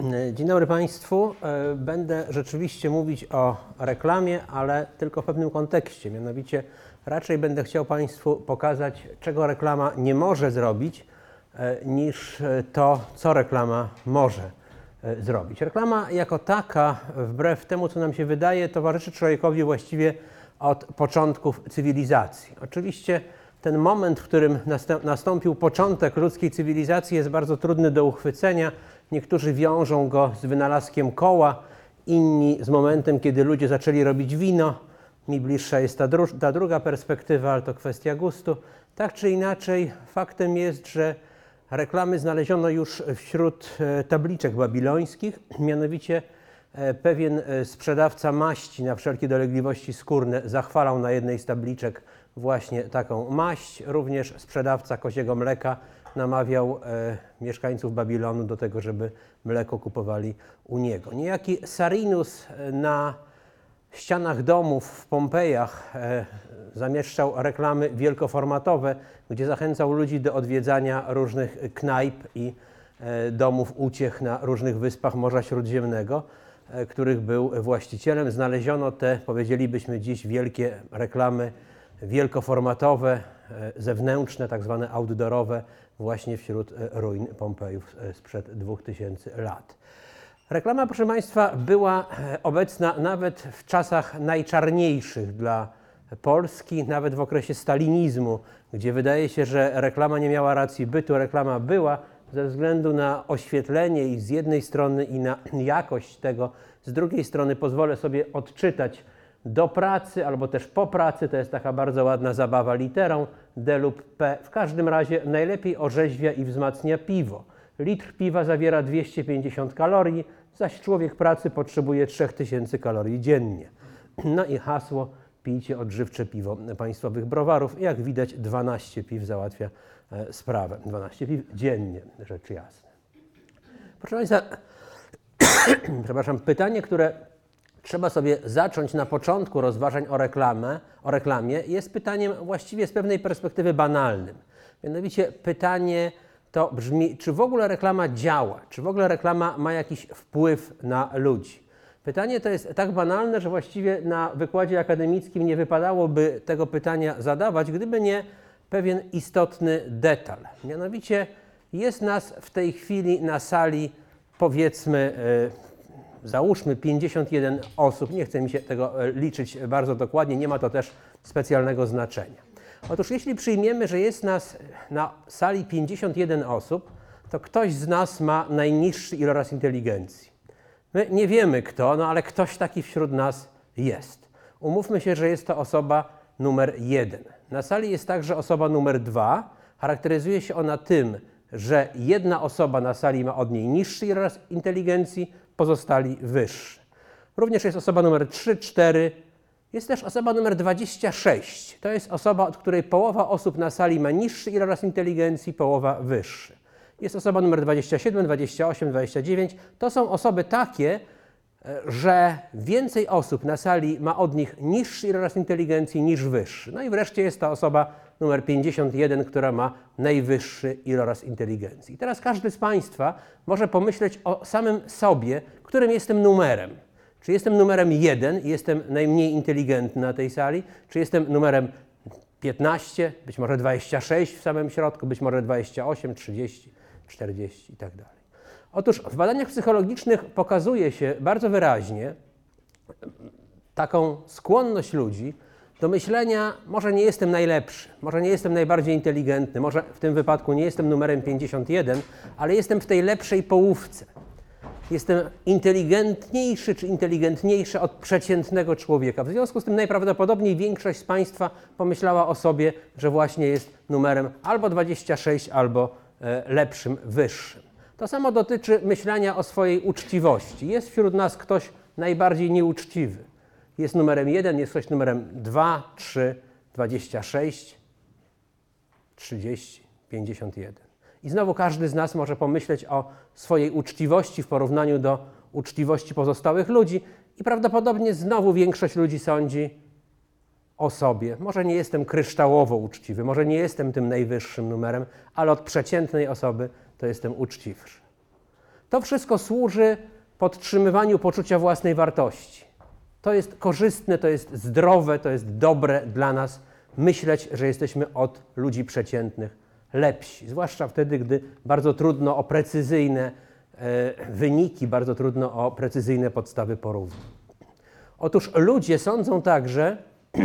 Dzień dobry Państwu. Będę rzeczywiście mówić o reklamie, ale tylko w pewnym kontekście. Mianowicie raczej będę chciał Państwu pokazać, czego reklama nie może zrobić, niż to, co reklama może zrobić. Reklama jako taka, wbrew temu, co nam się wydaje, towarzyszy człowiekowi właściwie od początków cywilizacji. Oczywiście ten moment, w którym nastąpił początek ludzkiej cywilizacji, jest bardzo trudny do uchwycenia. Niektórzy wiążą go z wynalazkiem koła, inni z momentem, kiedy ludzie zaczęli robić wino. Mi bliższa jest ta druga perspektywa, ale to kwestia gustu. Tak czy inaczej, faktem jest, że reklamy znaleziono już wśród tabliczek babilońskich. Mianowicie pewien sprzedawca maści na wszelkie dolegliwości skórne zachwalał na jednej z tabliczek właśnie taką maść. Również sprzedawca koziego mleka namawiał mieszkańców Babilonu do tego, żeby mleko kupowali u niego. Niejaki Sarinus na ścianach domów w Pompejach zamieszczał reklamy wielkoformatowe, gdzie zachęcał ludzi do odwiedzania różnych knajp i domów uciech na różnych wyspach Morza Śródziemnego, których był właścicielem. Znaleziono te, powiedzielibyśmy dziś, wielkie reklamy wielkoformatowe, zewnętrzne, tak zwane outdoorowe, właśnie wśród ruin Pompejów sprzed 2000 lat. Reklama, proszę Państwa, była obecna nawet w czasach najczarniejszych dla Polski, nawet w okresie stalinizmu, gdzie wydaje się, że reklama nie miała racji bytu. Reklama była ze względu na oświetlenie i z jednej strony i na jakość tego, z drugiej strony pozwolę sobie odczytać do pracy albo też po pracy, to jest taka bardzo ładna zabawa literą, D lub P. W każdym razie najlepiej orzeźwia i wzmacnia piwo. Litr piwa zawiera 250 kalorii, zaś człowiek pracy potrzebuje 3000 kalorii dziennie. No i hasło: pijcie odżywcze piwo państwowych browarów. Jak widać, 12 piw załatwia sprawę. 12 piw dziennie, rzecz jasna. Proszę Państwa, przepraszam, pytanie, które trzeba sobie zacząć na początku rozważań o reklamie, jest pytaniem właściwie z pewnej perspektywy banalnym. Mianowicie pytanie to brzmi, czy w ogóle reklama działa, czy w ogóle reklama ma jakiś wpływ na ludzi. Pytanie to jest tak banalne, że właściwie na wykładzie akademickim nie wypadałoby tego pytania zadawać, gdyby nie pewien istotny detal. Mianowicie jest nas w tej chwili na sali, powiedzmy, załóżmy 51 osób, nie chce mi się tego liczyć bardzo dokładnie, nie ma to też specjalnego znaczenia. Otóż jeśli przyjmiemy, że jest nas na sali 51 osób, to ktoś z nas ma najniższy iloraz inteligencji. My nie wiemy kto, no ale ktoś taki wśród nas jest. Umówmy się, że jest to osoba numer 1. Na sali jest także osoba numer 2. Charakteryzuje się ona tym, że jedna osoba na sali ma od niej niższy iloraz inteligencji, pozostali wyższy. Również jest osoba numer 3, 4. Jest też osoba numer 26. To jest osoba, od której połowa osób na sali ma niższy iloraz inteligencji, połowa wyższy. Jest osoba numer 27, 28, 29. To są osoby takie, że więcej osób na sali ma od nich niższy iloraz inteligencji niż wyższy. No i wreszcie jest ta osoba numer 51, która ma najwyższy iloraz inteligencji. Teraz każdy z Państwa może pomyśleć o samym sobie, którym jestem numerem. Czy jestem numerem 1 i jestem najmniej inteligentny na tej sali? Czy jestem numerem 15, być może 26 w samym środku, być może 28, 30, 40 i tak dalej. Otóż w badaniach psychologicznych pokazuje się bardzo wyraźnie taką skłonność ludzi do myślenia: może nie jestem najlepszy, może nie jestem najbardziej inteligentny, może w tym wypadku nie jestem numerem 51, ale jestem w tej lepszej połówce. Jestem inteligentniejszy czy inteligentniejsza od przeciętnego człowieka. W związku z tym najprawdopodobniej większość z Państwa pomyślała o sobie, że właśnie jest numerem albo 26, albo lepszym, wyższym. To samo dotyczy myślenia o swojej uczciwości. Jest wśród nas ktoś najbardziej nieuczciwy. Jest numerem 1, jest ktoś numerem 2, 3, 26, 30, 51. I znowu każdy z nas może pomyśleć o swojej uczciwości w porównaniu do uczciwości pozostałych ludzi i prawdopodobnie znowu większość ludzi sądzi o sobie: może nie jestem kryształowo uczciwy, może nie jestem tym najwyższym numerem, ale od przeciętnej osoby to jestem uczciwszy. To wszystko służy podtrzymywaniu poczucia własnej wartości. To jest korzystne, to jest zdrowe, to jest dobre dla nas myśleć, że jesteśmy od ludzi przeciętnych lepsi. Zwłaszcza wtedy, gdy bardzo trudno o precyzyjne wyniki, bardzo trudno o precyzyjne podstawy porównań. Otóż ludzie sądzą także,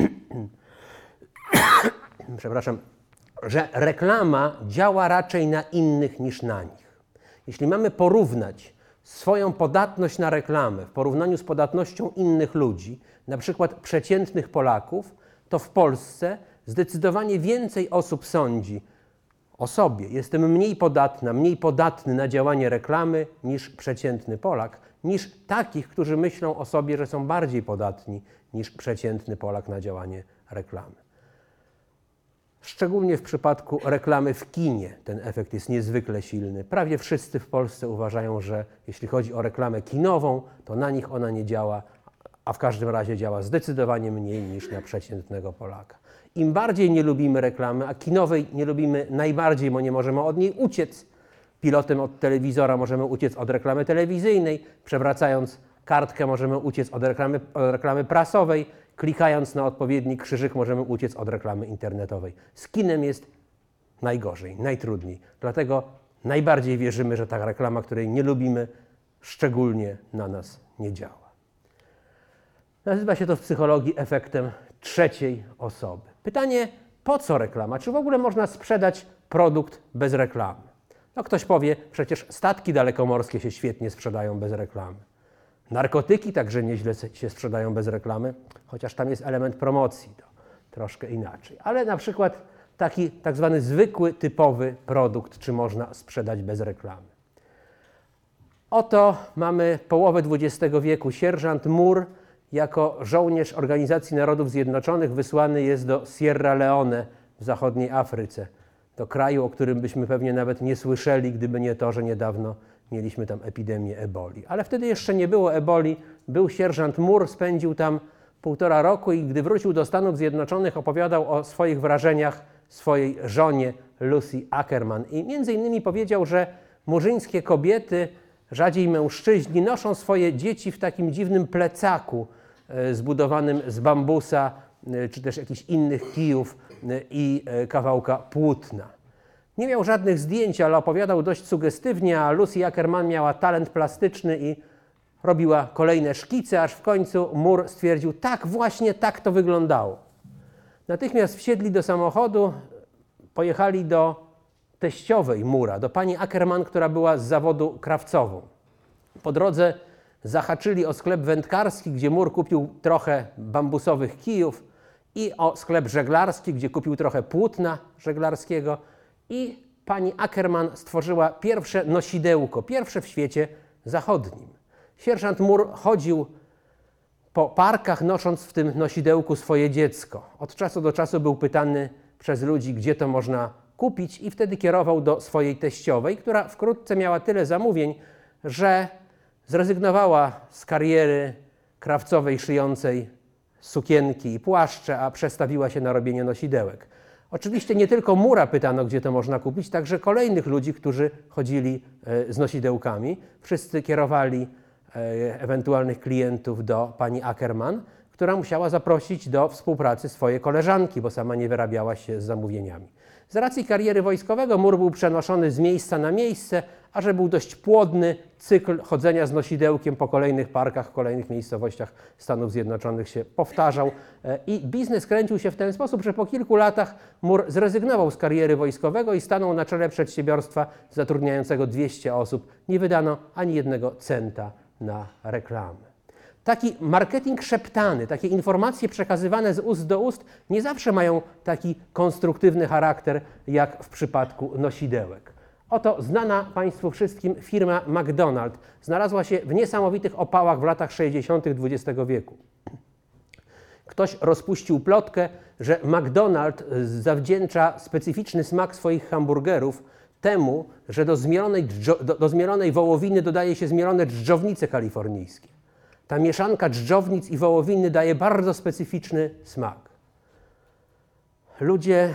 że reklama działa raczej na innych niż na nich. Jeśli mamy porównać swoją podatność na reklamę w porównaniu z podatnością innych ludzi, na przykład przeciętnych Polaków, to w Polsce zdecydowanie więcej osób sądzi o sobie: jestem mniej podatna, mniej podatny na działanie reklamy niż przeciętny Polak, niż takich, którzy myślą o sobie, że są bardziej podatni niż przeciętny Polak na działanie reklamy. Szczególnie w przypadku reklamy w kinie ten efekt jest niezwykle silny. Prawie wszyscy w Polsce uważają, że jeśli chodzi o reklamę kinową, to na nich ona nie działa, a w każdym razie działa zdecydowanie mniej niż na przeciętnego Polaka. Im bardziej nie lubimy reklamy, a kinowej nie lubimy najbardziej, bo nie możemy od niej uciec. Pilotem od telewizora możemy uciec od reklamy telewizyjnej, przewracając kartkę możemy uciec od reklamy prasowej, klikając na odpowiedni krzyżyk możemy uciec od reklamy internetowej. Z kinem jest najgorzej, najtrudniej. Dlatego najbardziej wierzymy, że ta reklama, której nie lubimy, szczególnie na nas nie działa. Nazywa się to w psychologii efektem trzeciej osoby. Pytanie, po co reklama? Czy w ogóle można sprzedać produkt bez reklamy? No ktoś powie, przecież statki dalekomorskie się świetnie sprzedają bez reklamy. Narkotyki także nieźle się sprzedają bez reklamy, chociaż tam jest element promocji, to troszkę inaczej. Ale na przykład taki tak zwany zwykły, typowy produkt, czy można sprzedać bez reklamy? Oto mamy połowę XX wieku. Sierżant Moore jako żołnierz Organizacji Narodów Zjednoczonych wysłany jest do Sierra Leone w zachodniej Afryce, do kraju, o którym byśmy pewnie nawet nie słyszeli, gdyby nie to, że niedawno mieliśmy tam epidemię eboli. Ale wtedy jeszcze nie było eboli. Był sierżant Moore, spędził tam 1,5 roku i gdy wrócił do Stanów Zjednoczonych, opowiadał o swoich wrażeniach swojej żonie Lucy Ackerman. I między innymi powiedział, że murzyńskie kobiety, rzadziej mężczyźni, noszą swoje dzieci w takim dziwnym plecaku zbudowanym z bambusa czy też jakichś innych kijów i kawałka płótna. Nie miał żadnych zdjęć, ale opowiadał dość sugestywnie, a Lucy Ackerman miała talent plastyczny i robiła kolejne szkice, aż w końcu Moore stwierdził, tak, właśnie tak to wyglądało. Natychmiast wsiedli do samochodu, pojechali do teściowej Moore'a, do pani Ackerman, która była z zawodu krawcową. Po drodze zahaczyli o sklep wędkarski, gdzie Moore kupił trochę bambusowych kijów, i o sklep żeglarski, gdzie kupił trochę płótna żeglarskiego, i pani Ackerman stworzyła pierwsze nosidełko, pierwsze w świecie zachodnim. Sierżant Moore chodził po parkach, nosząc w tym nosidełku swoje dziecko. Od czasu do czasu był pytany przez ludzi, gdzie to można kupić, i wtedy kierował do swojej teściowej, która wkrótce miała tyle zamówień, że zrezygnowała z kariery krawcowej szyjącej sukienki i płaszcze, a przestawiła się na robienie nosidełek. Oczywiście nie tylko Moore'a pytano, gdzie to można kupić, także kolejnych ludzi, którzy chodzili z nosidełkami. Wszyscy kierowali ewentualnych klientów do pani Ackerman, która musiała zaprosić do współpracy swoje koleżanki, bo sama nie wyrabiała się z zamówieniami. Z racji kariery wojskowego Moore był przenoszony z miejsca na miejsce, a że był dość płodny, cykl chodzenia z nosidełkiem po kolejnych parkach, w kolejnych miejscowościach Stanów Zjednoczonych się powtarzał i biznes kręcił się w ten sposób, że po kilku latach Moore zrezygnował z kariery wojskowego i stanął na czele przedsiębiorstwa zatrudniającego 200 osób. Nie wydano ani jednego centa na reklamę. Taki marketing szeptany, takie informacje przekazywane z ust do ust nie zawsze mają taki konstruktywny charakter jak w przypadku nosidełek. Oto znana Państwu wszystkim firma McDonald's znalazła się w niesamowitych opałach w latach 60. XX wieku. Ktoś rozpuścił plotkę, że McDonald's zawdzięcza specyficzny smak swoich hamburgerów temu, że do zmielonej wołowiny dodaje się zmielone dżdżownice kalifornijskie. Ta mieszanka dżdżownic i wołowiny daje bardzo specyficzny smak. Ludzie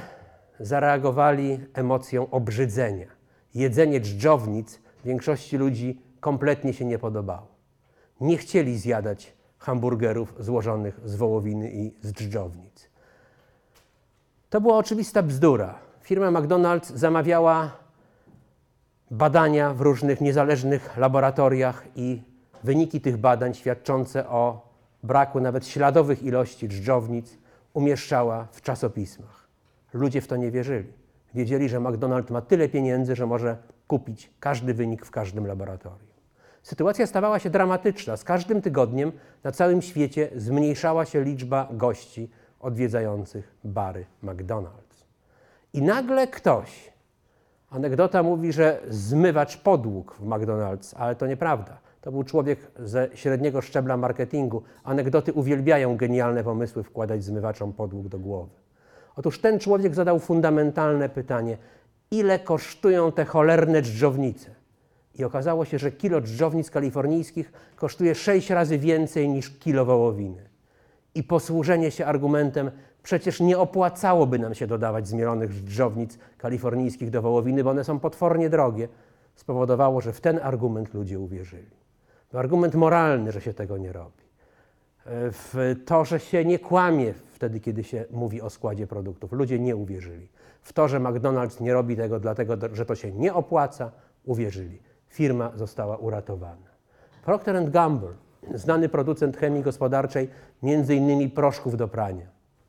zareagowali emocją obrzydzenia. Jedzenie dżdżownic większości ludzi kompletnie się nie podobało. Nie chcieli zjadać hamburgerów złożonych z wołowiny i z dżdżownic. To była oczywista bzdura. Firma McDonald's zamawiała badania w różnych niezależnych laboratoriach i wyniki tych badań świadczące o braku nawet śladowych ilości dżdżownic umieszczała w czasopismach. Ludzie w to nie wierzyli. Wiedzieli, że McDonald's ma tyle pieniędzy, że może kupić każdy wynik w każdym laboratorium. Sytuacja stawała się dramatyczna. Z każdym tygodniem na całym świecie zmniejszała się liczba gości odwiedzających bary McDonald's. I nagle ktoś, anegdota mówi, że zmywacz podłóg w McDonald's, ale to nieprawda. To był człowiek ze średniego szczebla marketingu. Anegdoty uwielbiają genialne pomysły wkładać zmywaczom podłóg do głowy. Otóż ten człowiek zadał fundamentalne pytanie, ile kosztują te cholerne dżdżownice? I okazało się, że kilo dżdżownic kalifornijskich kosztuje 6 razy więcej niż kilo wołowiny. I posłużenie się argumentem, przecież nie opłacałoby nam się dodawać zmielonych dżdżownic kalifornijskich do wołowiny, bo one są potwornie drogie, spowodowało, że w ten argument ludzie uwierzyli. To argument moralny, że się tego nie robi. W to, że się nie kłamie wtedy, kiedy się mówi o składzie produktów. Ludzie nie uwierzyli. W to, że McDonald's nie robi tego dlatego, że to się nie opłaca, uwierzyli. Firma została uratowana. Procter & Gamble, znany producent chemii gospodarczej, między innymi proszków do prania.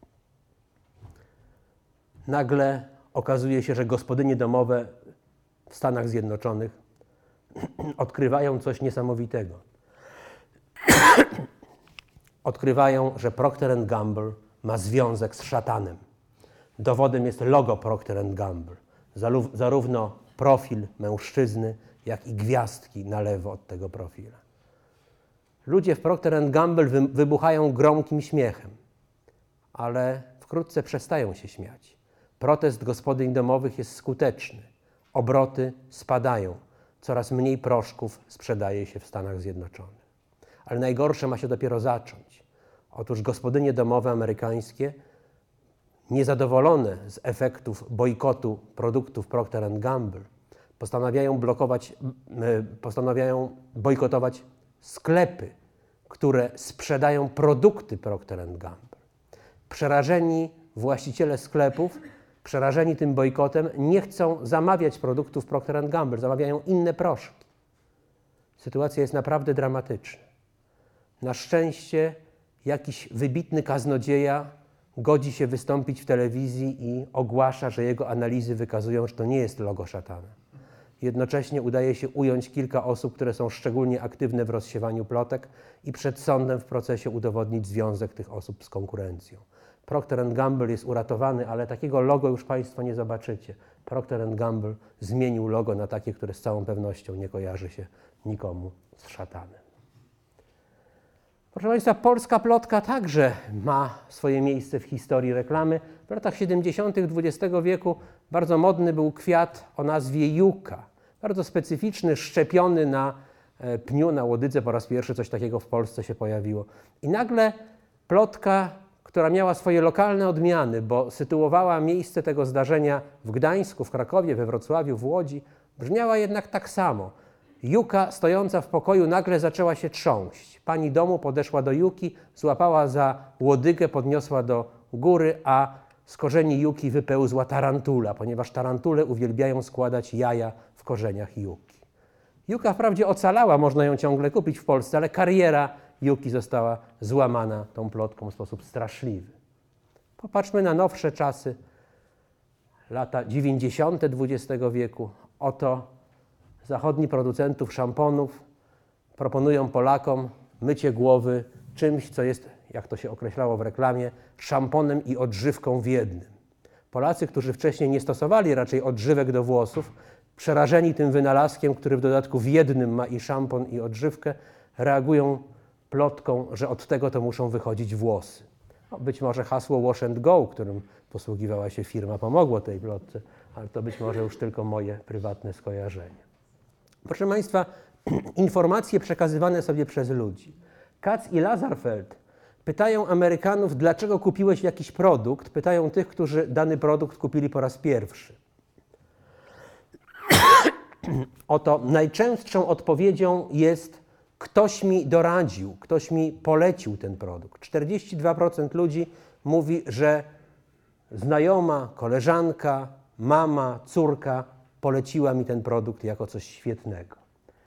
Nagle okazuje się, że gospodynie domowe w Stanach Zjednoczonych odkrywają coś niesamowitego. Odkrywają, że Procter & Gamble ma związek z szatanem. Dowodem jest logo Procter & Gamble. Zarówno profil mężczyzny, jak i gwiazdki na lewo od tego profila. Ludzie w Procter & Gamble wybuchają gromkim śmiechem, ale wkrótce przestają się śmiać. Protest gospodyń domowych jest skuteczny. Obroty spadają. Coraz mniej proszków sprzedaje się w Stanach Zjednoczonych. Ale najgorsze ma się dopiero zacząć. Otóż gospodynie domowe amerykańskie, niezadowolone z efektów bojkotu produktów Procter & Gamble, postanawiają bojkotować sklepy, które sprzedają produkty Procter & Gamble. Przerażeni właściciele sklepów, przerażeni tym bojkotem, nie chcą zamawiać produktów Procter & Gamble, zamawiają inne proszki. Sytuacja jest naprawdę dramatyczna. Na szczęście jakiś wybitny kaznodzieja godzi się wystąpić w telewizji i ogłasza, że jego analizy wykazują, że to nie jest logo szatana. Jednocześnie udaje się ująć kilka osób, które są szczególnie aktywne w rozsiewaniu plotek i przed sądem w procesie udowodnić związek tych osób z konkurencją. Procter & Gamble jest uratowany, ale takiego logo już Państwo nie zobaczycie. Procter & Gamble zmienił logo na takie, które z całą pewnością nie kojarzy się nikomu z szatanem. Proszę Państwa, polska plotka także ma swoje miejsce w historii reklamy. W latach 70. XX wieku bardzo modny był kwiat o nazwie juka. Bardzo specyficzny, szczepiony na pniu, na łodydze. Po raz pierwszy coś takiego w Polsce się pojawiło. I nagle plotka, która miała swoje lokalne odmiany, bo sytuowała miejsce tego zdarzenia w Gdańsku, w Krakowie, we Wrocławiu, w Łodzi, brzmiała jednak tak samo. Juka stojąca w pokoju nagle zaczęła się trząść. Pani domu podeszła do juki, złapała za łodygę, podniosła do góry, a z korzeni juki wypełzła tarantula, ponieważ tarantule uwielbiają składać jaja w korzeniach juki. Juka wprawdzie ocalała, można ją ciągle kupić w Polsce, ale kariera juki została złamana tą plotką w sposób straszliwy. Popatrzmy na nowsze czasy, lata 90. XX wieku. Oto zachodni producentów szamponów proponują Polakom mycie głowy czymś, co jest, jak to się określało w reklamie, szamponem i odżywką w jednym. Polacy, którzy wcześniej nie stosowali raczej odżywek do włosów, przerażeni tym wynalazkiem, który w dodatku w jednym ma i szampon, i odżywkę, reagują plotką, że od tego to muszą wychodzić włosy. No, być może hasło Wash and Go, którym posługiwała się firma, pomogło tej plotce, ale to być może już tylko moje prywatne skojarzenie. Proszę Państwa, informacje przekazywane sobie przez ludzi. Katz i Lazarsfeld pytają Amerykanów, dlaczego kupiłeś jakiś produkt. Pytają tych, którzy dany produkt kupili po raz pierwszy. oto najczęstszą odpowiedzią jest: ktoś mi doradził, ktoś mi polecił ten produkt. 42% ludzi mówi, że znajoma, koleżanka, mama, córka poleciła mi ten produkt jako coś świetnego.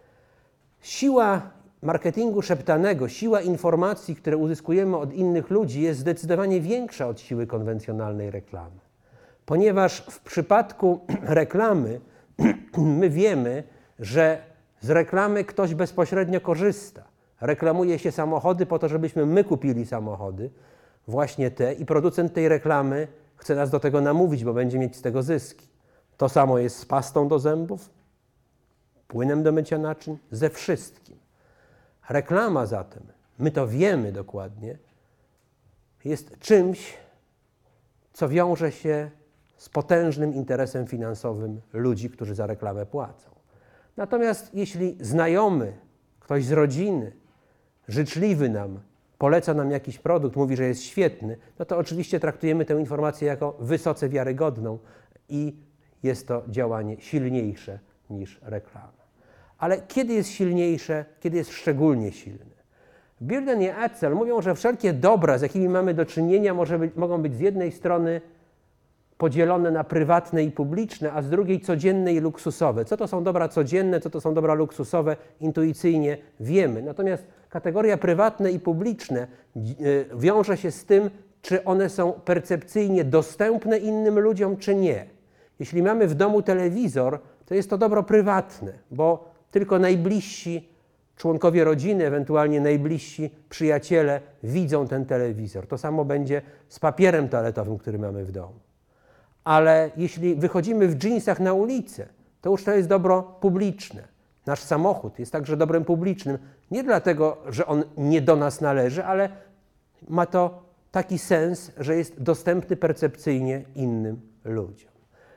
Siła marketingu szeptanego, siła informacji, które uzyskujemy od innych ludzi, jest zdecydowanie większa od siły konwencjonalnej reklamy. Ponieważ w przypadku reklamy my wiemy, że z reklamy ktoś bezpośrednio korzysta. Reklamuje się samochody po to, żebyśmy my kupili samochody, właśnie te, i producent tej reklamy chce nas do tego namówić, bo będzie mieć z tego zyski. To samo jest z pastą do zębów, płynem do mycia naczyń, ze wszystkim. Reklama zatem, my to wiemy dokładnie, jest czymś, co wiąże się z potężnym interesem finansowym ludzi, którzy za reklamę płacą. Natomiast jeśli znajomy, ktoś z rodziny, życzliwy nam, poleca nam jakiś produkt, mówi, że jest świetny, no to oczywiście traktujemy tę informację jako wysoce wiarygodną i jest to działanie silniejsze niż reklama. Ale kiedy jest silniejsze, kiedy jest szczególnie silne? Bierden i Etzel mówią, że wszelkie dobra, z jakimi mamy do czynienia, mogą być z jednej strony podzielone na prywatne i publiczne, a z drugiej codzienne i luksusowe. Co to są dobra codzienne, co to są dobra luksusowe, intuicyjnie wiemy. Natomiast kategoria prywatne i publiczne wiąże się z tym, czy one są percepcyjnie dostępne innym ludziom, czy nie. Jeśli mamy w domu telewizor, to jest to dobro prywatne, bo tylko najbliżsi członkowie rodziny, ewentualnie najbliżsi przyjaciele widzą ten telewizor. To samo będzie z papierem toaletowym, który mamy w domu. Ale jeśli wychodzimy w dżinsach na ulicę, to już to jest dobro publiczne. Nasz samochód jest także dobrem publicznym. Nie dlatego, że on nie do nas należy, ale ma to taki sens, że jest dostępny percepcyjnie innym ludziom.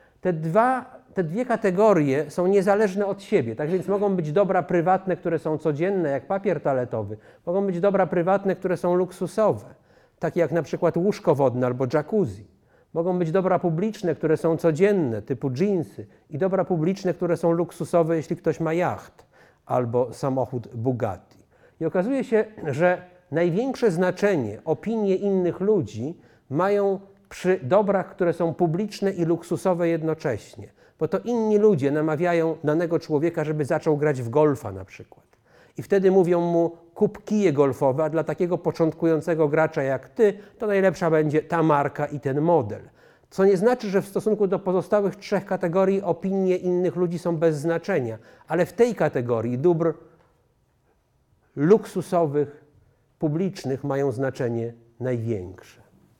Te dwie kategorie są niezależne od siebie, tak więc mogą być dobra prywatne, które są codzienne, jak papier toaletowy. Mogą być dobra prywatne, które są luksusowe, takie jak na przykład łóżko wodne albo jacuzzi. Mogą być dobra publiczne, które są codzienne, typu dżinsy, i dobra publiczne, które są luksusowe, jeśli ktoś ma jacht albo samochód Bugatti. I okazuje się, że największe znaczenie opinie innych ludzi mają przy dobrach, które są publiczne i luksusowe jednocześnie. Bo to inni ludzie namawiają danego człowieka, żeby zaczął grać w golfa na przykład. I wtedy mówią mu: kup kije golfowe, a dla takiego początkującego gracza jak ty, to najlepsza będzie ta marka i ten model. Co nie znaczy, że w stosunku do pozostałych trzech kategorii opinie innych ludzi są bez znaczenia, ale w tej kategorii dóbr luksusowych, publicznych mają znaczenie największe.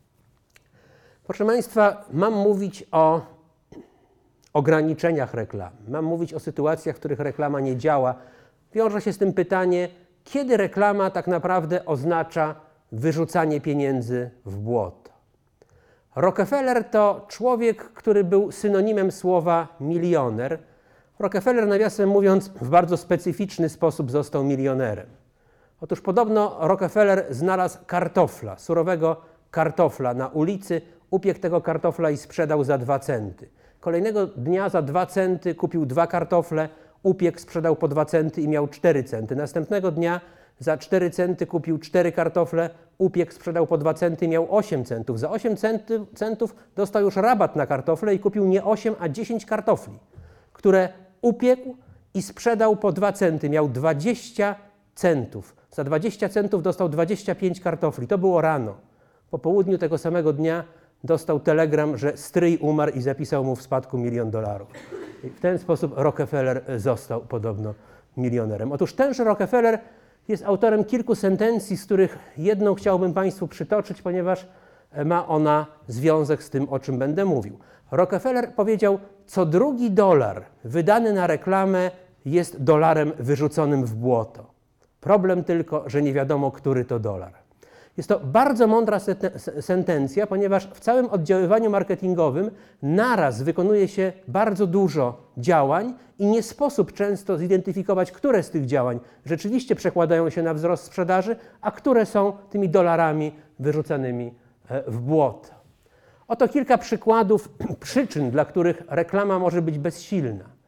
Proszę Państwa, mam mówić o ograniczeniach reklamy, mam mówić o sytuacjach, w których reklama nie działa. Wiąże się z tym pytanie, kiedy reklama tak naprawdę oznacza wyrzucanie pieniędzy w błoto. Rockefeller to człowiek, który był synonimem słowa milioner. Rockefeller, nawiasem mówiąc, w bardzo specyficzny sposób został milionerem. Otóż podobno Rockefeller znalazł kartofla, surowego kartofla na ulicy, upiekł tego kartofla i sprzedał za 2 centy. Kolejnego dnia za 2 centy kupił 2 kartofle, upiekł, sprzedał po 2 centy i miał 4 centy. Następnego dnia za 4 centy kupił 4 kartofle, upiekł, sprzedał po 2 centy i miał 8 centów. Za 8 centów dostał już rabat na kartofle i kupił nie 8, a 10 kartofli, które upiekł i sprzedał po 2 centy. Miał 20 centów. Za 20 centów dostał 25 kartofli. To było rano. Po południu tego samego dnia dostał telegram, że stryj umarł i zapisał mu w spadku $1 000 000. I w ten sposób Rockefeller został podobno milionerem. Otóż tenże Rockefeller jest autorem kilku sentencji, z których jedną chciałbym Państwu przytoczyć, ponieważ ma ona związek z tym, o czym będę mówił. Rockefeller powiedział: co drugi dolar wydany na reklamę jest dolarem wyrzuconym w błoto. Problem tylko, że nie wiadomo, który to dolar. Jest to bardzo mądra sentencja, ponieważ w całym oddziaływaniu marketingowym naraz wykonuje się bardzo dużo działań i nie sposób często zidentyfikować, które z tych działań rzeczywiście przekładają się na wzrost sprzedaży, a które są tymi dolarami wyrzucanymi w błoto. Oto kilka przykładów przyczyn, dla których reklama może być bezsilna.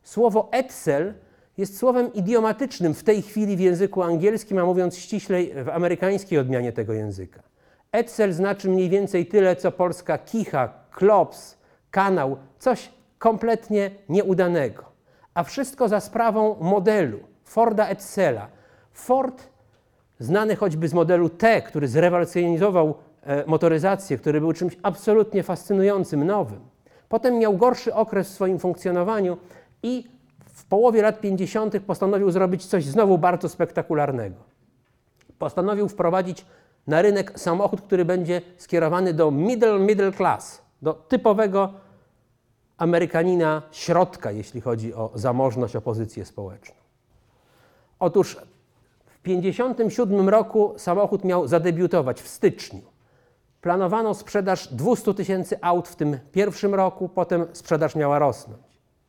Słowo Edsel jest słowem idiomatycznym w tej chwili w języku angielskim, a mówiąc ściślej w amerykańskiej odmianie tego języka. Edsel znaczy mniej więcej tyle, co polska kicha, klops, kanał, coś kompletnie nieudanego. A wszystko za sprawą modelu Forda Edsela. Ford, znany choćby z modelu T, który zrewolucjonizował motoryzację, który był czymś absolutnie fascynującym, nowym. Potem miał gorszy okres w swoim funkcjonowaniu i w połowie lat 50. postanowił zrobić coś znowu bardzo spektakularnego. Postanowił wprowadzić na rynek samochód, który będzie skierowany do middle class, do typowego Amerykanina środka, jeśli chodzi o zamożność, o pozycję społeczną. Otóż w 1957 roku samochód miał zadebiutować w styczniu. Planowano sprzedaż 200 000 aut w tym pierwszym roku, potem sprzedaż miała rosnąć.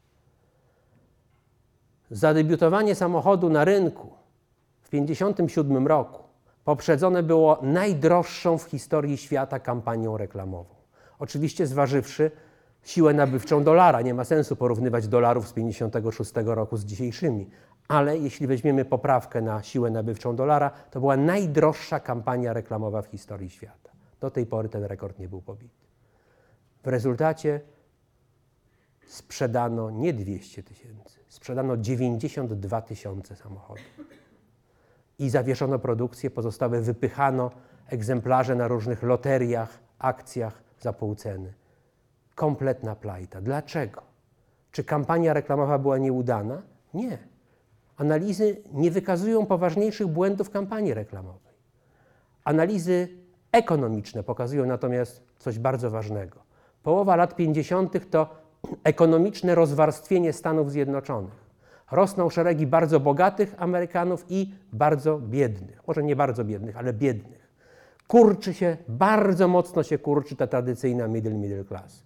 Zadebiutowanie samochodu na rynku w 1957 roku poprzedzone było najdroższą w historii świata kampanią reklamową. Oczywiście zważywszy siłę nabywczą dolara. Nie ma sensu porównywać dolarów z 1956 roku z dzisiejszymi. Ale jeśli weźmiemy poprawkę na siłę nabywczą dolara, to była najdroższa kampania reklamowa w historii świata. Do tej pory ten rekord nie był pobity. W rezultacie sprzedano nie 200 000, sprzedano 92 000 samochodów. I zawieszono produkcję, pozostałe wypychano egzemplarze na różnych loteriach, akcjach za pół ceny. Kompletna plajta. Dlaczego? Czy kampania reklamowa była nieudana? Nie. Analizy nie wykazują poważniejszych błędów kampanii reklamowej. Analizy ekonomiczne pokazują natomiast coś bardzo ważnego. Połowa lat 50. to ekonomiczne rozwarstwienie Stanów Zjednoczonych. Rosną szeregi bardzo bogatych Amerykanów i bardzo biednych. Może nie bardzo biednych, ale biednych. Bardzo mocno się kurczy ta tradycyjna middle class.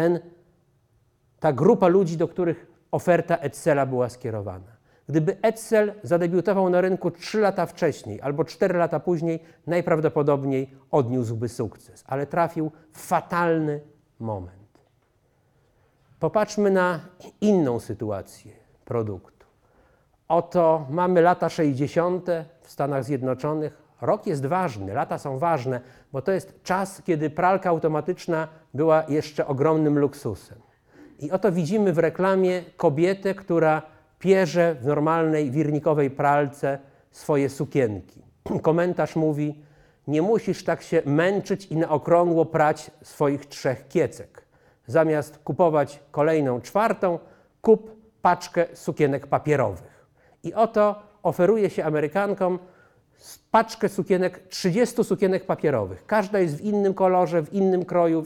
Ta grupa ludzi, do których oferta Edsela była skierowana. Gdyby Edsel zadebiutował na rynku 3 lata wcześniej albo 4 lata później, najprawdopodobniej odniósłby sukces, ale trafił w fatalny moment. Popatrzmy na inną sytuację produktu. Oto mamy lata 60. w Stanach Zjednoczonych. Rok jest ważny, lata są ważne, bo to jest czas, kiedy pralka automatyczna była jeszcze ogromnym luksusem. I oto widzimy w reklamie kobietę, która pierze w normalnej wirnikowej pralce swoje sukienki. Komentarz mówi: nie musisz tak się męczyć i na okrągło prać swoich 3 kiecek. Zamiast kupować kolejną 4., kup paczkę sukienek papierowych. I oto oferuje się Amerykankom paczkę sukienek, 30 sukienek papierowych. Każda jest w innym kolorze, w innym kroju,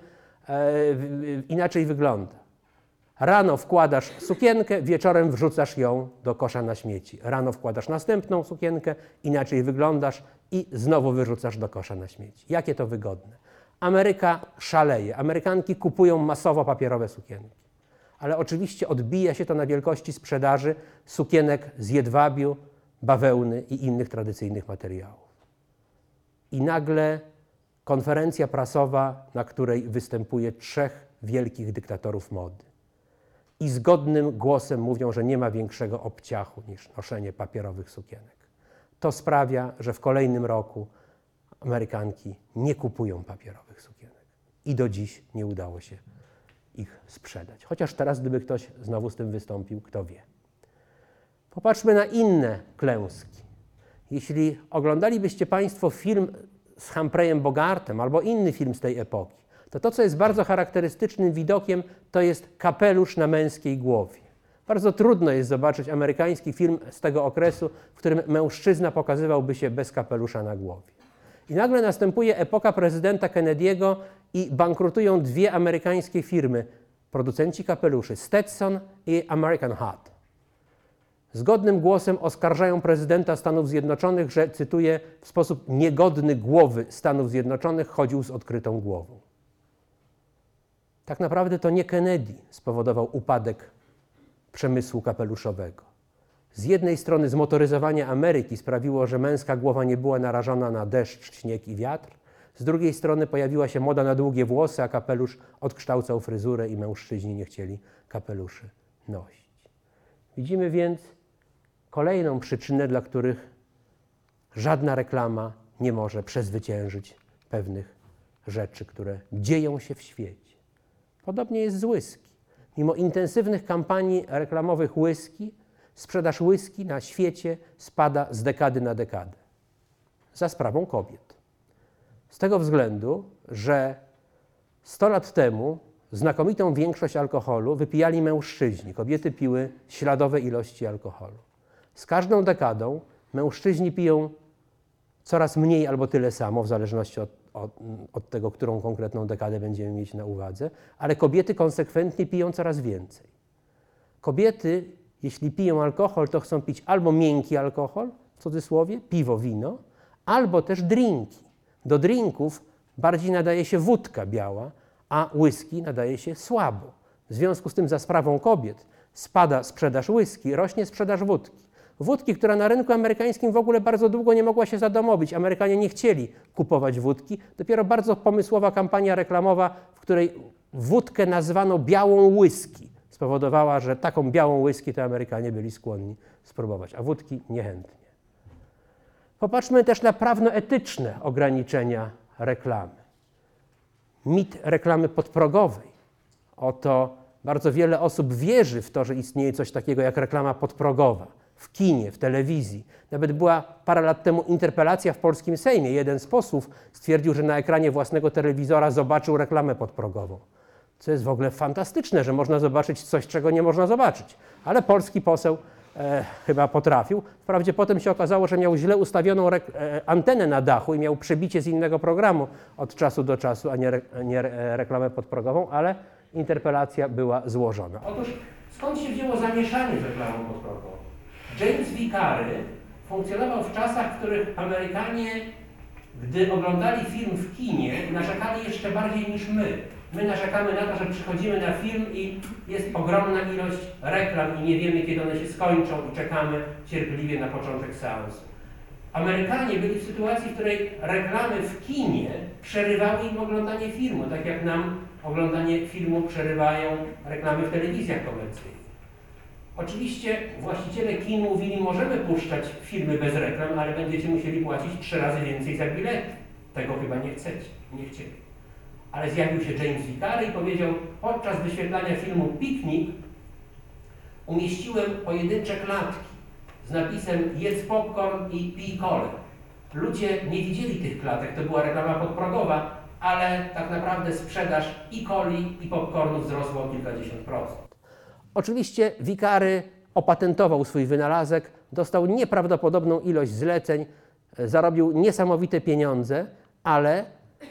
inaczej wygląda. Rano wkładasz sukienkę, wieczorem wrzucasz ją do kosza na śmieci. Rano wkładasz następną sukienkę, inaczej wyglądasz i znowu wyrzucasz do kosza na śmieci. Jakie to wygodne. Ameryka szaleje. Amerykanki kupują masowo papierowe sukienki. Ale oczywiście odbija się to na wielkości sprzedaży sukienek z jedwabiu, bawełny i innych tradycyjnych materiałów. I nagle konferencja prasowa, na której występuje 3 wielkich dyktatorów mody. I zgodnym głosem mówią, że nie ma większego obciachu niż noszenie papierowych sukienek. To sprawia, że w kolejnym roku Amerykanki nie kupują papierowych sukienek. I do dziś nie udało się ich sprzedać. Chociaż teraz, gdyby ktoś znowu z tym wystąpił, kto wie. Popatrzmy na inne klęski. Jeśli oglądalibyście Państwo film z Humphreyem Bogartem albo inny film z tej epoki, to co jest bardzo charakterystycznym widokiem, to jest kapelusz na męskiej głowie. Bardzo trudno jest zobaczyć amerykański film z tego okresu, w którym mężczyzna pokazywałby się bez kapelusza na głowie. I nagle następuje epoka prezydenta Kennedy'ego i bankrutują 2 amerykańskie firmy, producenci kapeluszy, Stetson i American Hat. Zgodnym głosem oskarżają prezydenta Stanów Zjednoczonych, że, cytuję, w sposób niegodny głowy Stanów Zjednoczonych chodził z odkrytą głową. Tak naprawdę to nie Kennedy spowodował upadek przemysłu kapeluszowego. Z jednej strony zmotoryzowanie Ameryki sprawiło, że męska głowa nie była narażona na deszcz, śnieg i wiatr. Z drugiej strony pojawiła się moda na długie włosy, a kapelusz odkształcał fryzurę i mężczyźni nie chcieli kapeluszy nosić. Widzimy więc kolejną przyczynę, dla których żadna reklama nie może przezwyciężyć pewnych rzeczy, które dzieją się w świecie. Podobnie jest z whisky. Mimo intensywnych kampanii reklamowych whisky, sprzedaż whisky na świecie spada z dekady na dekadę. Za sprawą kobiet. Z tego względu, że 100 lat temu znakomitą większość alkoholu wypijali mężczyźni. Kobiety piły śladowe ilości alkoholu. Z każdą dekadą mężczyźni piją coraz mniej albo tyle samo, w zależności od tego, którą konkretną dekadę będziemy mieć na uwadze, ale kobiety konsekwentnie piją coraz więcej. Kobiety, jeśli piją alkohol, to chcą pić albo miękki alkohol, w cudzysłowie, piwo, wino, albo też drinki. Do drinków bardziej nadaje się wódka biała, a whisky nadaje się słabo. W związku z tym za sprawą kobiet spada sprzedaż whisky, rośnie sprzedaż wódki. Wódki, która na rynku amerykańskim w ogóle bardzo długo nie mogła się zadomowić. Amerykanie nie chcieli kupować wódki. Dopiero bardzo pomysłowa kampania reklamowa, w której wódkę nazwano białą whisky, spowodowała, że taką białą whisky to Amerykanie byli skłonni spróbować, a wódki niechętnie. Popatrzmy też na prawno-etyczne ograniczenia reklamy. Mit reklamy podprogowej. Oto bardzo wiele osób wierzy w to, że istnieje coś takiego jak reklama podprogowa. W kinie, w telewizji. Nawet była parę lat temu interpelacja w polskim Sejmie. Jeden z posłów stwierdził, że na ekranie własnego telewizora zobaczył reklamę podprogową. Co jest w ogóle fantastyczne, że można zobaczyć coś, czego nie można zobaczyć. Ale polski poseł chyba potrafił. Wprawdzie potem się okazało, że miał źle ustawioną antenę na dachu i miał przebicie z innego programu od czasu do czasu, a nie reklamę podprogową, ale interpelacja była złożona. Otóż skąd się wzięło zamieszanie z reklamą podprogową? James V. Cary funkcjonował w czasach, w których Amerykanie, gdy oglądali film w kinie, narzekali jeszcze bardziej niż my. My narzekamy na to, że przychodzimy na film i jest ogromna ilość reklam i nie wiemy, kiedy one się skończą i czekamy cierpliwie na początek seansu. Amerykanie byli w sytuacji, w której reklamy w kinie przerywały im oglądanie filmu, tak jak nam oglądanie filmu przerywają reklamy w telewizjach komercyjnych. Oczywiście właściciele kin mówili, możemy puszczać filmy bez reklam, ale będziecie musieli płacić 3 razy więcej za bilety. Tego chyba nie chcecie, nie chcieli. Ale zjawił się James V. Cary i powiedział, podczas wyświetlania filmu Piknik umieściłem pojedyncze klatki z napisem jedz popcorn i pij kolę. Ludzie nie widzieli tych klatek, to była reklama podprogowa, ale tak naprawdę sprzedaż i coli, i popcornu wzrosła o kilkadziesiąt procent. Oczywiście V. Cary opatentował swój wynalazek, dostał nieprawdopodobną ilość zleceń, zarobił niesamowite pieniądze, ale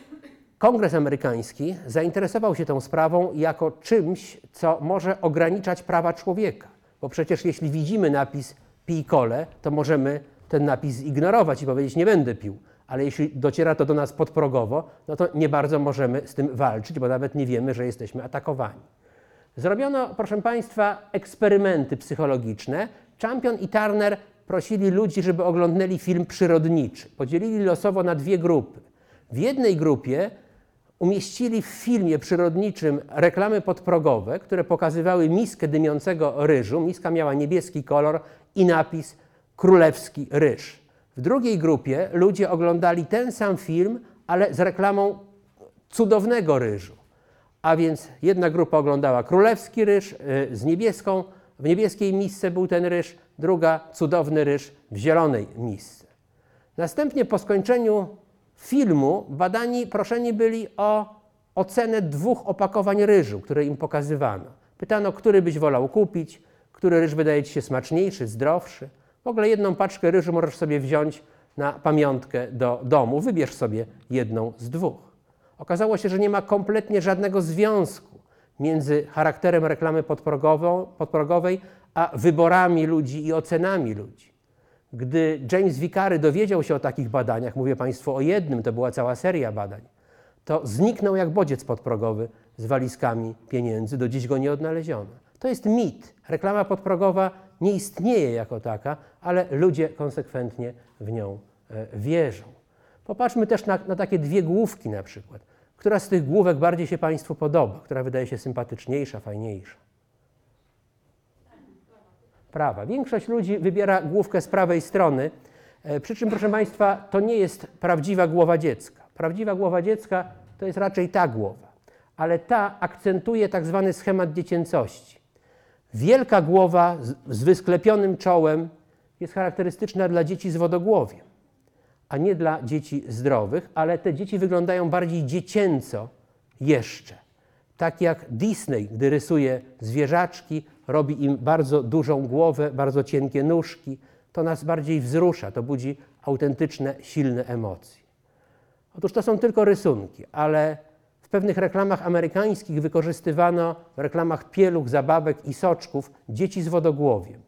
Kongres amerykański zainteresował się tą sprawą jako czymś, co może ograniczać prawa człowieka. Bo przecież jeśli widzimy napis pij kolę, to możemy ten napis zignorować i powiedzieć nie będę pił. Ale jeśli dociera to do nas podprogowo, no to nie bardzo możemy z tym walczyć, bo nawet nie wiemy, że jesteśmy atakowani. Zrobiono, proszę Państwa, eksperymenty psychologiczne. Champion i Turner prosili ludzi, żeby oglądnęli film przyrodniczy. Podzielili losowo na 2 grupy. W jednej grupie umieścili w filmie przyrodniczym reklamy podprogowe, które pokazywały miskę dymiącego ryżu. Miska miała niebieski kolor i napis królewski ryż. W drugiej grupie ludzie oglądali ten sam film, ale z reklamą cudownego ryżu. A więc jedna grupa oglądała królewski ryż z niebieską, w niebieskiej misce był ten ryż, druga cudowny ryż w zielonej misce. Następnie po skończeniu filmu badani proszeni byli o ocenę 2 opakowań ryżu, które im pokazywano. Pytano, który byś wolał kupić, który ryż wydaje ci się smaczniejszy, zdrowszy. W ogóle 1 paczkę ryżu możesz sobie wziąć na pamiątkę do domu. Wybierz sobie jedną z 2. Okazało się, że nie ma kompletnie żadnego związku między charakterem reklamy podprogowej a wyborami ludzi i ocenami ludzi. Gdy James V. Cary dowiedział się o takich badaniach, mówię Państwu o jednym, to była cała seria badań, to zniknął jak bodziec podprogowy z walizkami pieniędzy, do dziś go nie odnaleziono. To jest mit. Reklama podprogowa nie istnieje jako taka, ale ludzie konsekwentnie w nią wierzą. Popatrzmy też na takie 2 główki na przykład. Która z tych główek bardziej się Państwu podoba? Która wydaje się sympatyczniejsza, fajniejsza? prawa. Większość ludzi wybiera główkę z prawej strony, przy czym, proszę Państwa, to nie jest prawdziwa głowa dziecka. Prawdziwa głowa dziecka to jest raczej ta głowa, ale ta akcentuje tak zwany schemat dziecięcości. Wielka głowa z wysklepionym czołem jest charakterystyczna dla dzieci z wodogłowiem, a nie dla dzieci zdrowych, ale te dzieci wyglądają bardziej dziecięco jeszcze. Tak jak Disney, gdy rysuje zwierzaczki, robi im bardzo dużą głowę, bardzo cienkie nóżki, to nas bardziej wzrusza, to budzi autentyczne, silne emocje. Otóż to są tylko rysunki, ale w pewnych reklamach amerykańskich wykorzystywano w reklamach pieluch, zabawek i soczków dzieci z wodogłowiem.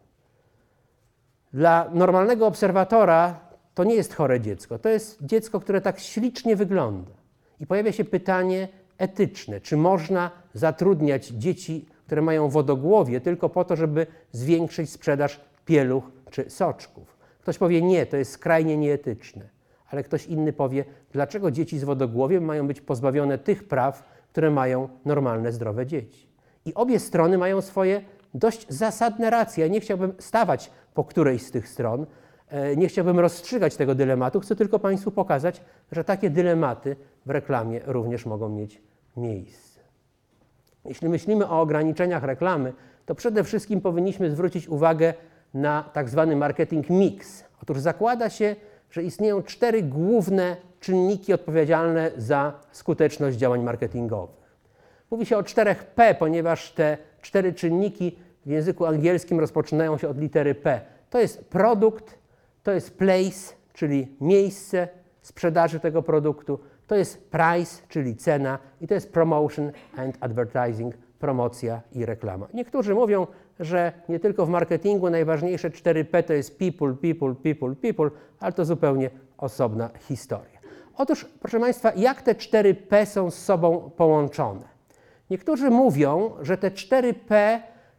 Dla normalnego obserwatora to nie jest chore dziecko, to jest dziecko, które tak ślicznie wygląda. I pojawia się pytanie etyczne, czy można zatrudniać dzieci, które mają wodogłowie tylko po to, żeby zwiększyć sprzedaż pieluch czy soczków. Ktoś powie nie, to jest skrajnie nieetyczne, ale ktoś inny powie, dlaczego dzieci z wodogłowiem mają być pozbawione tych praw, które mają normalne, zdrowe dzieci. I obie strony mają swoje dość zasadne racje. Ja nie chciałbym stawać po którejś z tych stron, nie chciałbym rozstrzygać tego dylematu, chcę tylko Państwu pokazać, że takie dylematy w reklamie również mogą mieć miejsce. Jeśli myślimy o ograniczeniach reklamy, to przede wszystkim powinniśmy zwrócić uwagę na tak zwany marketing mix. Otóż zakłada się, że istnieją 4 główne czynniki odpowiedzialne za skuteczność działań marketingowych. Mówi się o 4P, ponieważ te 4 czynniki w języku angielskim rozpoczynają się od litery P. To jest produkt, to jest place, czyli miejsce sprzedaży tego produktu, to jest price, czyli cena i to jest promotion and advertising, promocja i reklama. Niektórzy mówią, że nie tylko w marketingu najważniejsze 4P to jest people, people, people, people, ale to zupełnie osobna historia. Otóż, proszę Państwa, jak te 4P są z sobą połączone? Niektórzy mówią, że te 4P